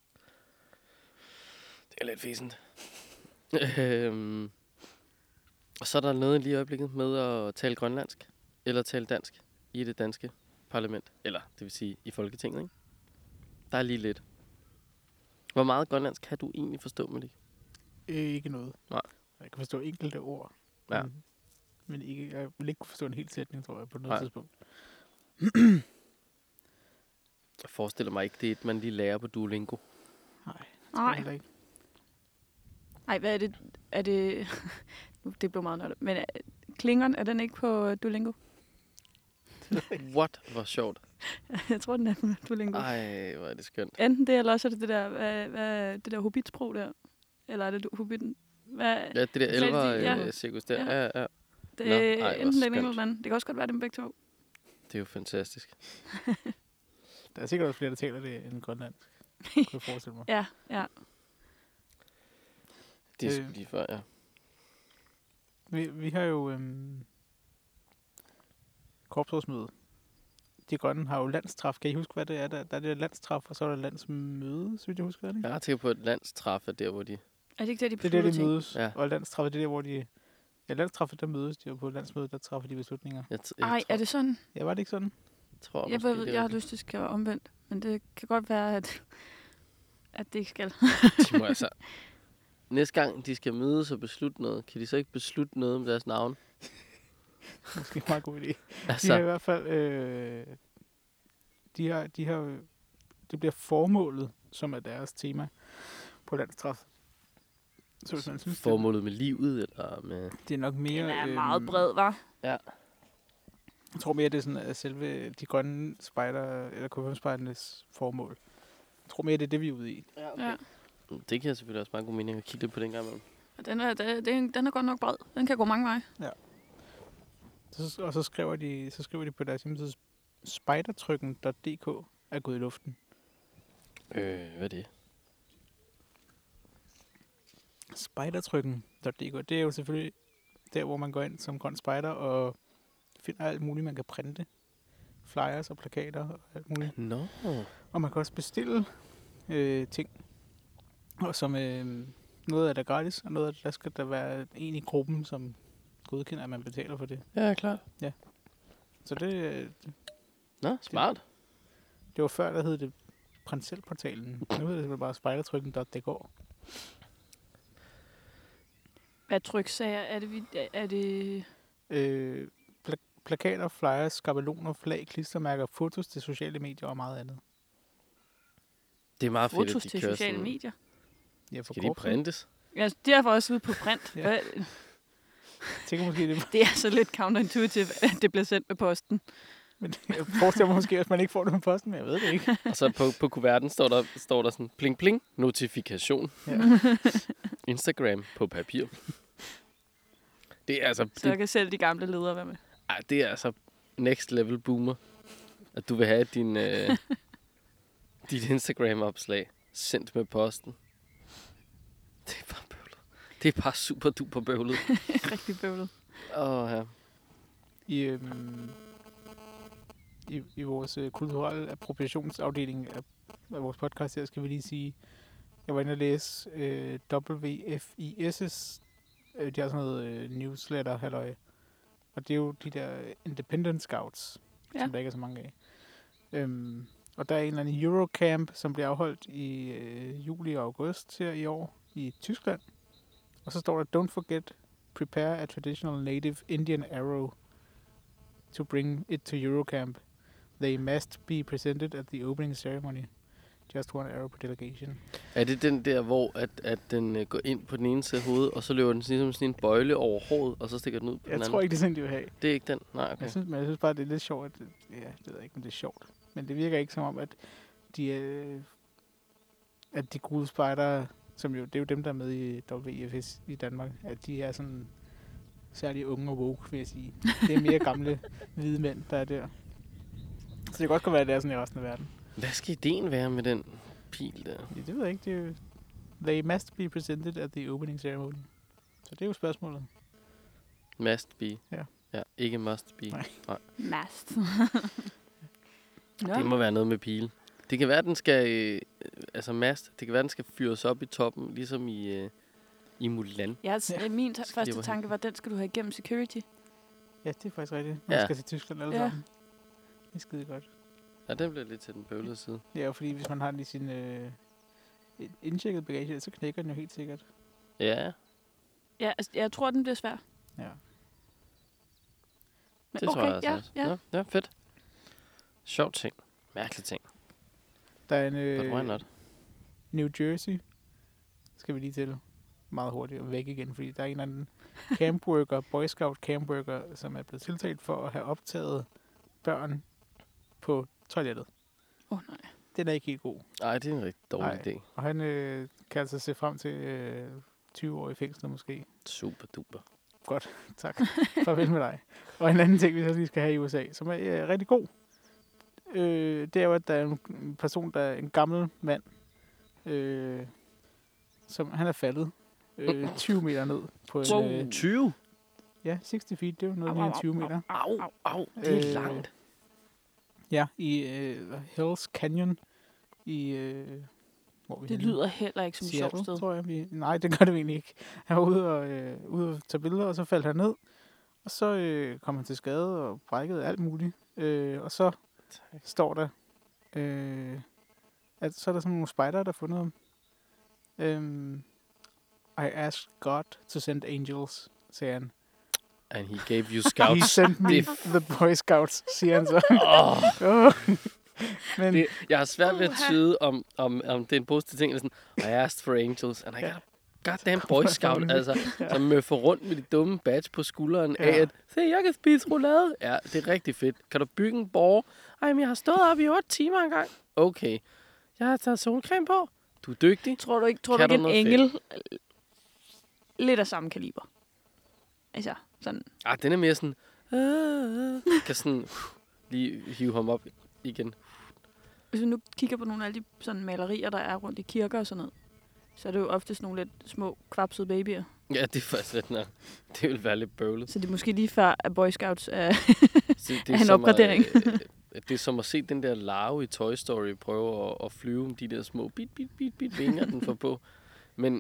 Det er lidt fæsent. øhm, Og så er der noget lige i øjeblikket med at tale grønlandsk, eller tale dansk i det danske parlament. Eller, det vil sige, i Folketinget, ikke? Der er lige lidt. Hvor meget grønlandsk kan du egentlig forstå, Malik? Øh, ikke noget. Nej. Jeg kan forstå enkelte ord. Ja. Men, men ikke, jeg vil ikke kunne forstå en hel sætning, tror jeg, på noget Nej. tidspunkt. Jeg forestiller mig ikke, det er et, man lige lærer på Duolingo. Nej, det tror Nej. jeg heller ikke. Nej, hvad er det? Er det... Nu, det blev meget nørdet. Men er, klingeren, er den ikke på Duolingo? What? Hvor sjovt. Jeg tror, den er på Duolingo. Ej, hvor er det skønt. Enten det, eller også er det det der, hvad, hvad, det der hobbitsprog der. Eller er det du- hobbitten? Hvad, Ja, det der Hvad er det, de- ja. elver-cirkus der. Ja. Ja, ja. det Nå, er ej, hvor enten den ene skønt. eller den anden. Det kan også godt være dem begge to. Det er jo fantastisk. Der er sikkert også flere, der taler det end grønlandsk. Kunne jeg forestille mig. Ja, ja. Det er sgu Øh. lige før, ja. Vi, vi har jo øhm, korpsrådsmøde. De grønne har jo landstræf. Kan I huske, hvad det er? Der, der er det landstræf, og så er der landsmøde, så vidt jeg husker det, ikke? Jeg har tænkt på et landstræf, der hvor de... Er det ikke der, de Det er der, beslutter de ting? mødes. Ja. Og landstræf, det er der, hvor de... Ja, landstræffet, der mødes de, og på landsmødet, der træffer de beslutninger. Jeg, t- jeg Ej, tror, er det sådan? Ja, var det ikke sådan? tror Jeg, måske, ved, det jeg er har lyst til, at det skal være omvendt. Men det kan godt være, at, at det ikke skal. rigtigt. De må altså... Næste gang de skal mødes og beslutte noget, kan de så ikke beslutte noget om deres navn? Måske en meget god idé. De har i Altså, hvert fald... Øh, de har, de har, det bliver formålet, som er deres tema på landstræf. Så hvis man synes, det, formålet med livet, eller med... det er nok mere... Den er øhm, meget bred, var. Ja. Jeg tror mere, det er sådan, at selve de grønne spejder, eller K fem-spejdernes formål. Jeg tror mere, det er det, vi er ude i. Ja, Ja. Det kan selvfølgelig også meget god mening at kigge lidt på den gang imellem. Og Den er, den, den, den er godt nok bred. Den kan gå mange veje. Så, og så skriver, de, så skriver de på deres hjemmeside, spejdertrykken punktum d k er gået i luften. Øh, hvad er det? spejdertrykken punktum d k, det er jo selvfølgelig der, hvor man går ind som grøn spejder og finder alt muligt, man kan printe. Flyers og plakater og alt muligt. Nå. Og man kan også bestille øh, ting. Og som øh, noget af det er gratis, og noget af det, der skal der være en i gruppen, som godkender, at man betaler for det. Ja, klart. Så det, øh, Nå, smart. det var før, der hed det Printselportalen. Nu hedder det simpelthen bare spejdertrykken punktum d k. Hvad tryksager er det? Vi, er det... Øh, pla- plakater, flyers, skabeloner, flag, klistermærker, fotos til sociale medier og meget andet. Det er meget fedt, Fotos at de til kører sociale sådan... medier? Ja, for Skal de korpset. printes? Ja, det er for også ude på print. Ja. Hvad- Tænker måske, det, Det er så lidt counterintuitive, at det bliver sendt med posten. men jeg forestiller mig måske, at man ikke får det med posten, men jeg ved det ikke. Og så på, på kuverten står der, står der sådan, pling pling, notifikation. Ja. Instagram på papir. Det er altså, Så det, kan selv de gamle ledere være med. ej, det er altså next level boomer. At du vil have din, øh, dit Instagram-opslag sendt med posten. Det er bare bøvlet. Det er bare super duper bøvlet. Rigtig bøvlet. Åh, oh, ja. I, øhm, i, i vores øh, kulturelle appropriationsafdeling af, af vores podcast her, skal vi lige sige, jeg var inde og læse øh, W F I S's, øh, de har sådan noget øh, newsletter, halløj. Og det er jo de der Independent Scouts, ja. Ja. som der ikke er så mange af. Øhm, og der er en eller anden Eurocamp, som bliver afholdt i øh, juli og august her i år i Tyskland. Og så står der, don't forget, prepare a traditional native Indian arrow to bring it to Eurocamp. They must be presented at the opening ceremony. Just one arrow per delegation. Er det den der, hvor at, at den øh, går ind på den ene side af hovedet, og så løber den ligesom sådan en bøjle over håret, og så stikker den ud på Jeg den anden? tror ikke, det er sådan, de vil have. Det er ikke den? Nej, okay. Jeg synes, men jeg synes bare, det er lidt sjovt. At, ja, det ved jeg ikke, om det er sjovt. Men det virker ikke som om, at de, øh, at de gode spejdere, som jo, det er jo dem, der er med i W F S i Danmark, at de er sådan særlig unge og woke, vil jeg sige. Det er mere gamle hvide mænd, der er der. Så det kan godt være, at det er sådan i resten af verden. Hvad skal ideen være med den pil der? Ja, det ved jeg ikke. Det er jo, they must be presented at the opening ceremony. Så det er jo spørgsmålet. Must be. Ja. Ja, ikke must be. Nej. Nej. Mast. Det må være noget med pile. Det kan være, at den skal... Øh, altså mast. Det kan være, at den skal fyres op i toppen, ligesom i... Øh, I Mulan. Ja, altså, Ja. min ta- Skal første de bare- tanke var, den skal du have igennem security. Ja, det er faktisk rigtigt. Man Ja. skal til Tyskland alle Ja. sammen. Det er skide godt. Ja, den bliver lidt til den bøvlede side. Det er jo fordi, hvis man har den i sin øh, indtjekket bagage, så knækker den jo helt sikkert. Ja, Ja, altså, jeg tror, den bliver svær. Ja. Men det okay, tror jeg altså ja, også. ja. Ja, ja, fedt. Sjov ting. Mærkelig ting. Der er en But why øh, not? New Jersey, skal vi lige til meget hurtigt og væk igen, fordi der er en eller anden campworker, Boy Scout campworker, som er blevet tiltalt for at have optaget børn på toilettet. Åh, oh, nej. Den er ikke helt god. Ej, det er en rigtig dårlig Nej. idé. Og han øh, kan altså se frem til øh, tyve år i fængsel måske. Super duper. Tak. Farvel med dig. Og en anden ting, vi så lige skal have i U S A, som er øh, rigtig god, øh, det er jo, at der er en person, der er en gammel mand, øh, som han er faldet øh, tyve meter ned på en... Wow. Øh, tyve? ja, tres feet, det er jo noget Au, mere au, end tyve au, meter. Au, au, det er Øh, langt. Ja, i øh, Hells Canyon i... Øh, hvor er vi Det henne? lyder heller ikke som et sjovt Seattle, sted. tror jeg. Vi, nej, det gør det egentlig ikke. Han var ude og, øh, ude og tage billeder, og så faldt han ned. Og så øh, kom han til skade og brækkede alt muligt. Øh, og så står der, øh, at så er der sådan nogle spejdere, der har fundet ham. Øhm, I asked God to send angels, sagde han. And he gave you He scouts. sent me Det the Boy Scouts, siger han så. Åh, Åh. Men det, jeg har svært ved at Uha. tyde, om, om, om det er en positiv ting. Eller sådan, I asked for angels, and I Ja. got a goddamn boy scout. Altså, Ja. som møffer rundt med de dumme badge på skulderen Ja. af, at se, jeg kan spise roulade. Ja, det er rigtig fedt. Kan du bygge en borg? Ej, men jeg har stået op i otte timer engang. Okay. Jeg har taget solcreme på. Du er dygtig. Tror du ikke, tror Kan du ikke du en noget engel øh, lidt af samme kaliber? Altså, sådan. Ah, den er mere sådan, øh, kan sådan uh, lige hive ham op igen. Hvis vi nu kigger på nogle af de sådan malerier, der er rundt i kirker og sådan noget, så er det jo ofte sådan nogle lidt små, kvapsede babyer. Ja, det er faktisk lidt nok. Det vil være lidt bøvlet. Så det er måske lige før, at Boy Scouts er... Så det Er en som opgradering. At, øh, det er som at se den der larve i Toy Story prøve at, at flyve om de der små bit, bit, bit, bit vinger, den får på. Men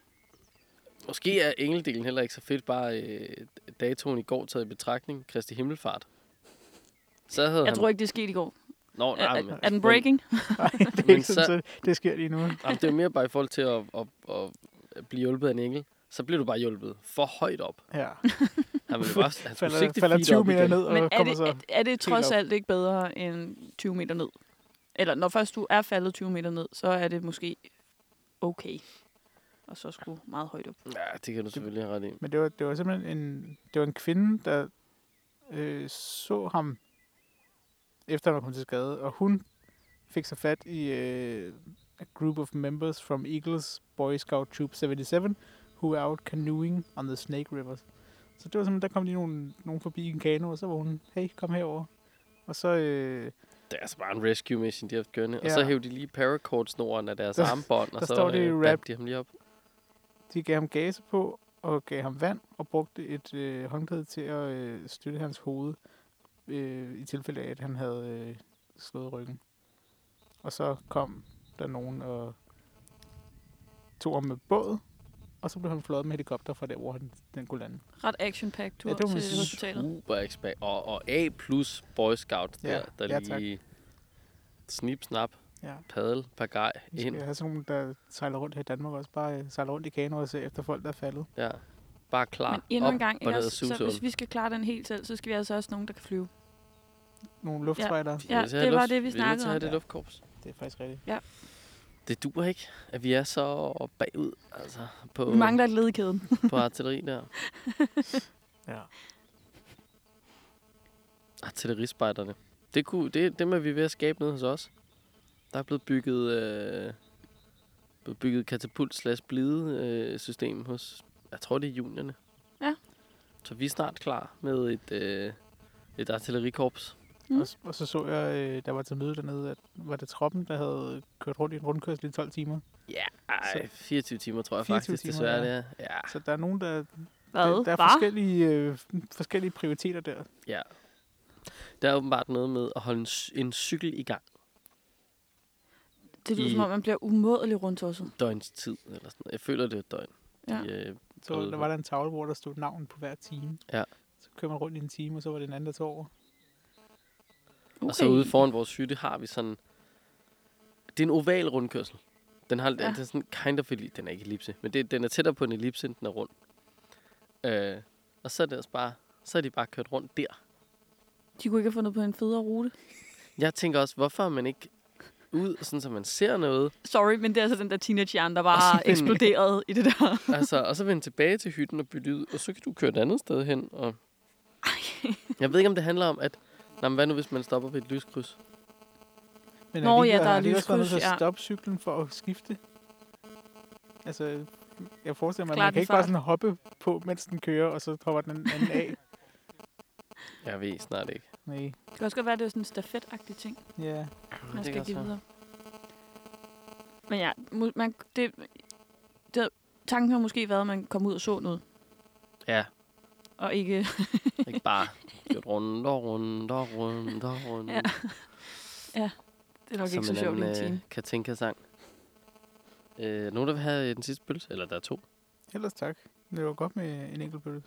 måske er engeldelen heller ikke så fedt, bare øh, datoen i går taget i betragtning. Kristi Himmelfart. Så havde Jeg han... tror ikke, det skete i går. Nå, nej, Er, men, er, er den breaking? nej, det er Men ikke så- sådan, så det sker lige nu. Jamen, det er mere bare i forhold til at, at, at blive hjulpet af en engel. Så bliver du bare hjulpet for højt op. Ja. Han ville bare, han skulle Falder, sigte falder feet tyve op meter igen. ned og Men er kommer det, så... er, er det trods op. alt ikke bedre end tyve meter ned? Eller når først du er faldet tyve meter ned, så er det måske okay. Og så skulle meget højt op. Ja, det kan du selvfølgelig have ret i. Men det var, det var simpelthen en, det var en kvinde, der øh, så ham, efter han var kommet til skade, og hun fik så fat i øh, a group of members from Eagles Boy Scout Troop syvoghalvfems, who were out canoeing on the Snake River. Så det var simpelthen, der kom lige nogen, nogen forbi i en kano, og så var hun, hey, kom herover. Og så, øh, Det er altså bare en rescue mission, de har haft gørende. Og Ja. så hævde de lige paracord-snoren af deres Der- armbånd, og der så står det i øh, rap. bandt de ham lige op. de gav ham gase på, og gav ham vand, og brugte et øh, håndklæde til at øh, støtte hans hoved, øh, i tilfælde af, at han havde øh, slået ryggen. Og så kom der nogen og tog ham med båd, og så blev han fløjet med helikopter fra der, hvor han, den kunne lande. Ret action-packed tur Ja, det må man til sige. hospitalet. Super expert. Og, og A plus Boy Scout Ja, der, der ja, tak. lige snip, snap, Ja. padel, pagaj Vi ind. skal have sådan nogle, der sejler rundt her i Danmark også. Bare øh, sejler rundt i kano og se efter folk, der er faldet. Ja. Bare klar. Men endnu op en gang, og ikke ned ad også? Så Susåen. hvis vi skal klare den helt selv, så skal vi altså også nogen, der kan flyve. Nogle luftspejder. Vi er Ja, nødt til at have det var luft- det, vi Vi er nødt til snakkede at have om. det Ja. luftkorps. Det er faktisk rigtigt. Det duer ikke, at vi er så bagud altså, på, Vi mangler et led i kæden. på artilleri der. Ja. Artillerispejderne. Det, kunne, det, dem er vi ved at skabe nede hos os. Der er blevet bygget, øh, blevet bygget katapult slash blide øh, system hos, jeg tror det er juniorne. Ja. Så vi er snart klar med et, øh, et artillerikorps. Mm. Og, s- og så så jeg, øh, der var til møde dernede, at var det troppen, der havde kørt rundt i en rundkørsel i tolv timer. Ja, ej, fireogtyve timer tror jeg fireogtyve faktisk timer, desværre ja. det er. Ja. Så der er nogen, der... Hvad? Der, der er Hva? forskellige, øh, forskellige prioriteter der. ja. Der er åbenbart noget med at holde en, cy- en cykel i gang Det lyder i- som om, man bliver umådelig rundt også. døgns tid. Eller sådan noget. Jeg føler, det er et døgn. Ja. De, øh, Så der var der en tavle, hvor der stod navn på hver time. Ja. Så kører man rundt i en time, og så var det en anden, der tog over. Okay. Og så ude foran vores hytte har vi sådan... Det er en oval rundkørsel. Den har ja. den er sådan kind of ellipse. Den er ikke ellipse, men det, den er tættere på en ellipse, end den er rund. Øh, og så er det altså bare... Så er de bare kørt rundt der. De kunne ikke have fundet på en federe rute. Jeg tænker også, hvorfor er man ikke ud, sådan så man ser noget? Sorry, men det er altså den der teenagehjerne, der bare eksploderede i det der. Altså, og så vende tilbage til hytten og bytte ud, og så kan du køre et andet sted hen. Og... Jeg ved ikke, om det handler om, at... Nå, men hvad nu, hvis man stopper ved et lyskryds? Men Nå, alligevel ja, der er har de også været nødt lyskryds, til at ja. stoppe cyklen for at skifte. Altså, jeg forestiller mig, at Klart man kan i ikke bare fart. sådan hoppe på, mens den kører, og så hopper den anden af. Jeg ved snart ikke. Nej. Det kan også godt være, at det er sådan en stafetagtig ting, Ja. man det skal kan give også videre. Men ja, mu- man, det, det, tanken har måske været, at man kom ud og så noget, Ja, og ikke... ikke bare gjort rundt og rundt og rundt og rundt. Ja. ja, det er nok ikke så sjovt i en time. Øh, Katinka-sang. Øh, nogen, der vil have den sidste pølse? Eller der er to. Ellers tak. Det var godt med en enkelt pølse.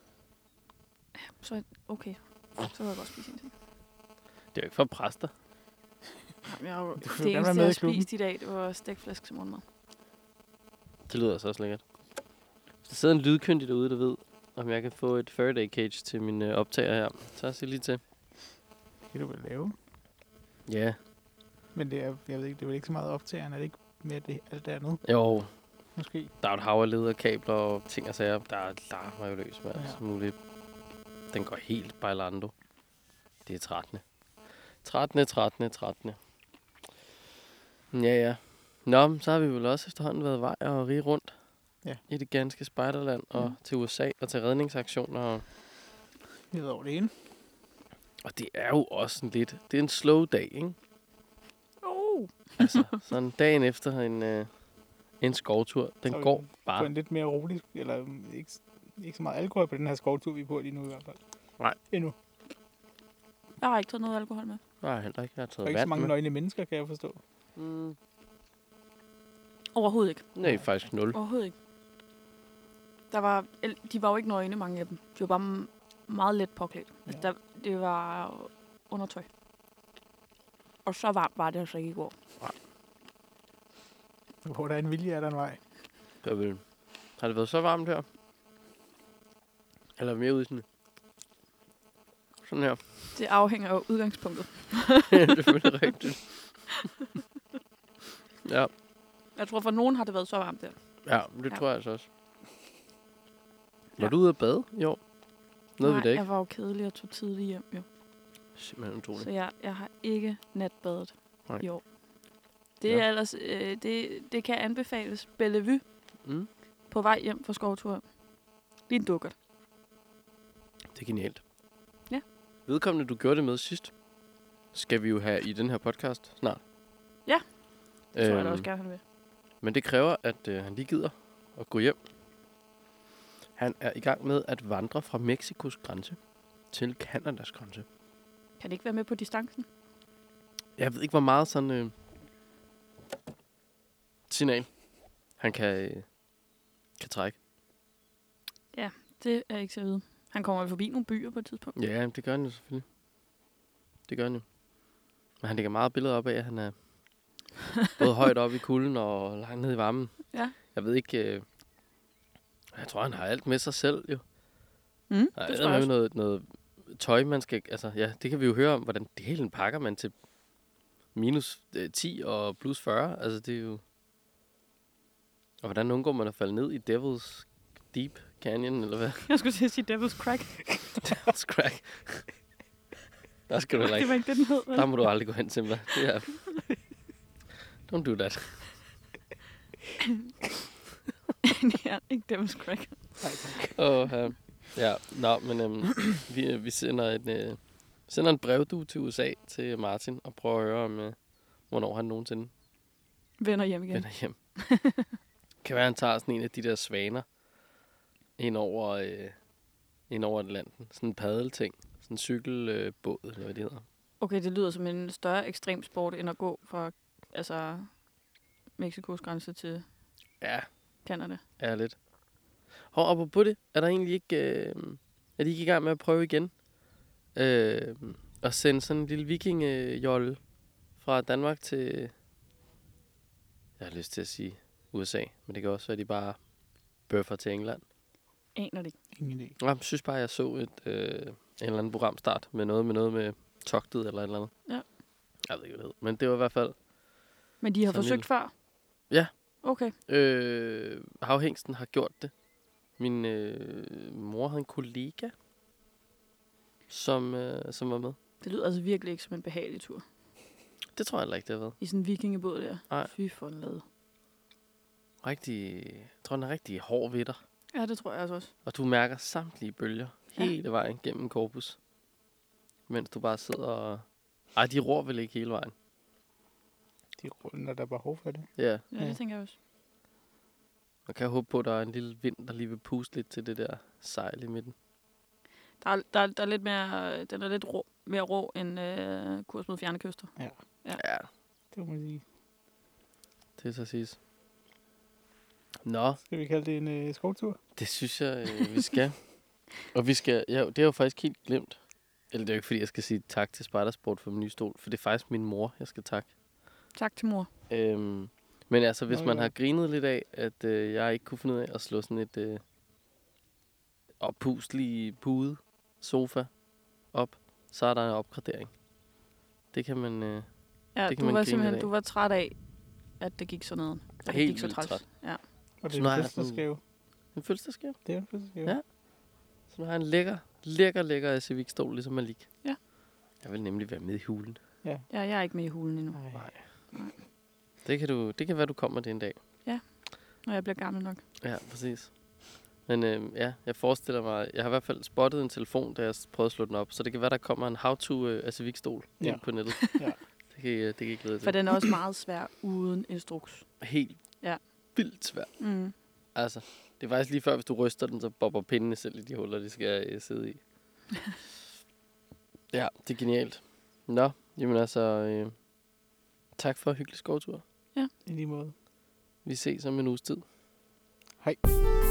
Så okay, så vil jeg godt spise en ting. Det er jo ikke for præster. Jamen, jeg har, jo- Du det får gerne være eneste, med jeg har i klubben. spist i dag, det var stegflæsk som morgenmad. Det lyder så også lækkert. Hvis der sidder en lydkyndig derude, der ved, om jeg kan få et Faraday cage til min øh, optager her, så sig lige til. Det kan du vel lave. Ja. Men det er, jeg ved ikke, det er vel ikke så meget optageren, er det ikke mere det, alt det andet, Jo, måske? der er et hav af leder, kabler og ting og sager. Der er larmer jo løs med Ja. alt muligt. Den går helt bailando. Det er trettende. trettende, trettende, trettende. Ja, ja. Nå, men så har vi vel også efterhånden været vej og rige rundt Ja. i det ganske spejderland og Mm. til U S A og til redningsaktioner. Og, Ned over det ene. og det er jo også sådan lidt... Det er en slow dag, ikke? Oh. Altså, sådan dagen efter en, øh, en skovtur. Den Så er vi går På bare. en lidt mere rolig, eller um, ikke, ikke så meget alkohol på den her skovtur, vi er på lige nu i hvert fald. Nej. Endnu. Jeg har ikke taget noget alkohol med. Nej, heller ikke. Jeg har Der er taget ikke så vand mange med. nøgne mennesker, kan jeg forstå. Mm, Overhovedet ikke. nej, faktisk nul. Overhovedet ikke. Der var, el- de var jo ikke nøgne, mange af dem. De var bare m- meget let påklædt. Ja. Ja. Der, det var undertøj. Og så varmt var det altså ikke i går. Hvor der er en vilje, er der en vej. Det vil. Har det været så varmt her? Eller mere ude sådan. Sådan her. Det afhænger af udgangspunktet. Det er selvfølgelig rigtigt. Ja, Jeg tror, for nogen har det været så varmt der. ja, det Ja. tror jeg altså også. Var Ja. du ude at bade i år? Nåede vi det ikke? jeg var jo kedelig og tog tidligt hjem, jo. Simpelthen utroligt. Så jeg, jeg har ikke natbadet Nej. i år. Det, Nå. er ellers, øh, det, det kan anbefales. Bellevue Mm, på vej hjem fra skovtur. Lige en dukkert. det er genialt. Ja. Vedkommende, du gjorde det med sidst, skal vi jo have i den her podcast snart. Ja, Det tror jeg da Øhm, også gerne, han vil. Men det kræver, at øh, han lige gider at gå hjem. Han er i gang med at vandre fra Mexikos grænse til Kanadas grænse. Kan det ikke være med på distancen? Jeg ved ikke, hvor meget sådan øh, signal han kan, øh, kan trække. Det er ikke så at vide. Han kommer jo forbi nogle byer på et tidspunkt. Ja, det gør han jo selvfølgelig. Det gør han jo. Men han lægger meget billeder op af, at han er både højt op i kulden og langt ned i varmen. Ja. Jeg ved ikke... Øh, jeg tror, han har alt med sig selv, jo. Mm, Der det er tror jeg også. noget, noget tøj, man skal... Altså, ja, det kan vi jo høre om, hvordan delen pakker man til minus øh, ti og plus fyrre. Altså, det er jo... Og hvordan undgår man at falde ned i Devil's Deep Canyon, eller hvad? Jeg skulle til at sige Devil's Crack. Devil's Crack. Der skal du heller Det ikke. var ikke det, den hed. vel? Der må du aldrig gå hen til mig. Det er... Don't do that. Ja, ikke Devil's Crack. Nej, tak. Åh, ja. Ja, nå, men øhm, vi, vi sender en, øh, sender en brevdue til U S A til Martin og prøver at høre om, øh, hvornår han nogensinde Vender hjem igen. vender hjem. Kan være, han tager sådan en af de der svaner ind over, øh, ind over Atlanten. Sådan en paddelting. Sådan en cykelbåd, øh, båd, eller hvad det hedder. Okay, det lyder som en større ekstrem sport, end at gå fra altså, Mexikos grænse til Ja, Canada. er lidt. Og apropos det, er der egentlig ikke... Øh, er de ikke i gang med at prøve igen? Øh, at sende sådan en lille vikingjolle fra Danmark til... Jeg har lyst til at sige U S A, men det kan også være, at de bare bøffer til England. Aner det ikke. Ingen idé. Jeg synes bare, jeg så et øh, en eller anden programstart med noget med noget med togtet eller et eller andet. Ja. Jeg ved ikke, hvad det hed. Men det var i hvert fald... Men de har Sådan en forsøgt lille- før? Ja. Okay. Øh, Havhængsten har gjort det. Min øh, mor havde en kollega, som, øh, som var med. Det lyder altså virkelig ikke som en behagelig tur. Det tror jeg heller ikke, det har været. I sådan en vikingebåd der. Nej. Fy for en lade. Rigtig, jeg tror, den er rigtig hård ved dig. Ja, det tror jeg altså også. Og du mærker samtlige bølger Ja. hele vejen gennem korpus. Mens du bare sidder og... Ej, de ror vel ikke hele vejen. De ruller, der er behov for det. Ja, Ja, Ja. det tænker jeg også. man kan håbe på, at der er en lille vind, der lige vil puste lidt til det der sejl i midten. Der er, der, er, der er lidt mere, den er lidt rå, mere rå end øh, kurs mod fjerne kyster. Ja, Det må man sige. det så siges. Nå, Skal vi kalde det en øh, skovtur? det synes jeg, øh, vi skal. Og vi skal, ja, det er jo faktisk helt glemt. Eller det er jo ikke, fordi jeg skal sige tak til Spejdersport for min nye stol, for det er faktisk min mor, jeg skal takke. Tak til mor. Øhm, men altså, hvis Nå, man ja. har grinet lidt af, at øh, jeg ikke kunne finde ud af at slå sådan et øh, oppustelig pude sofa op, så er der en opgradering. Det kan man... Øh, Ja, Det kan du man var grine simpelthen lidt af. du var træt af, at det gik sådan noget. At det Helt gik så vildt træls. træt. Ja. Og det Så er nu har en jeg sådan- fødselsdagsgave. en fødselsdagsgave. Det er en fødselsdagsgave. Ja. Så nu har jeg en lækker, lækker, lækker Civic-stol, ligesom Malik. Ja. Jeg vil nemlig være med i hulen. ja, jeg er ikke med i hulen endnu, Nej. Nej. Nej. Det kan, du, det kan være, du kommer det en dag. når jeg bliver gammel nok. Ja, præcis. Men øh, ja, jeg forestiller mig, jeg har i hvert fald spottet en telefon, da jeg prøvede at slå den op, så det kan være, der kommer en how-to øh, Civic-stol Ja. ind på nettet. Ja. Det kan, I, øh, det kan I glæde jer For til. den er også meget svær uden instruks. Helt Ja. vildt svært. Mm. Altså, det er faktisk lige før, hvis du ryster den, så bobber pindene selv i de huller, de skal øh, sidde i. Ja, det er genialt. Nå, jamen altså, øh, tak for en hyggelig skovtur. I lige måde. Vi ses om en uges tid. Hej.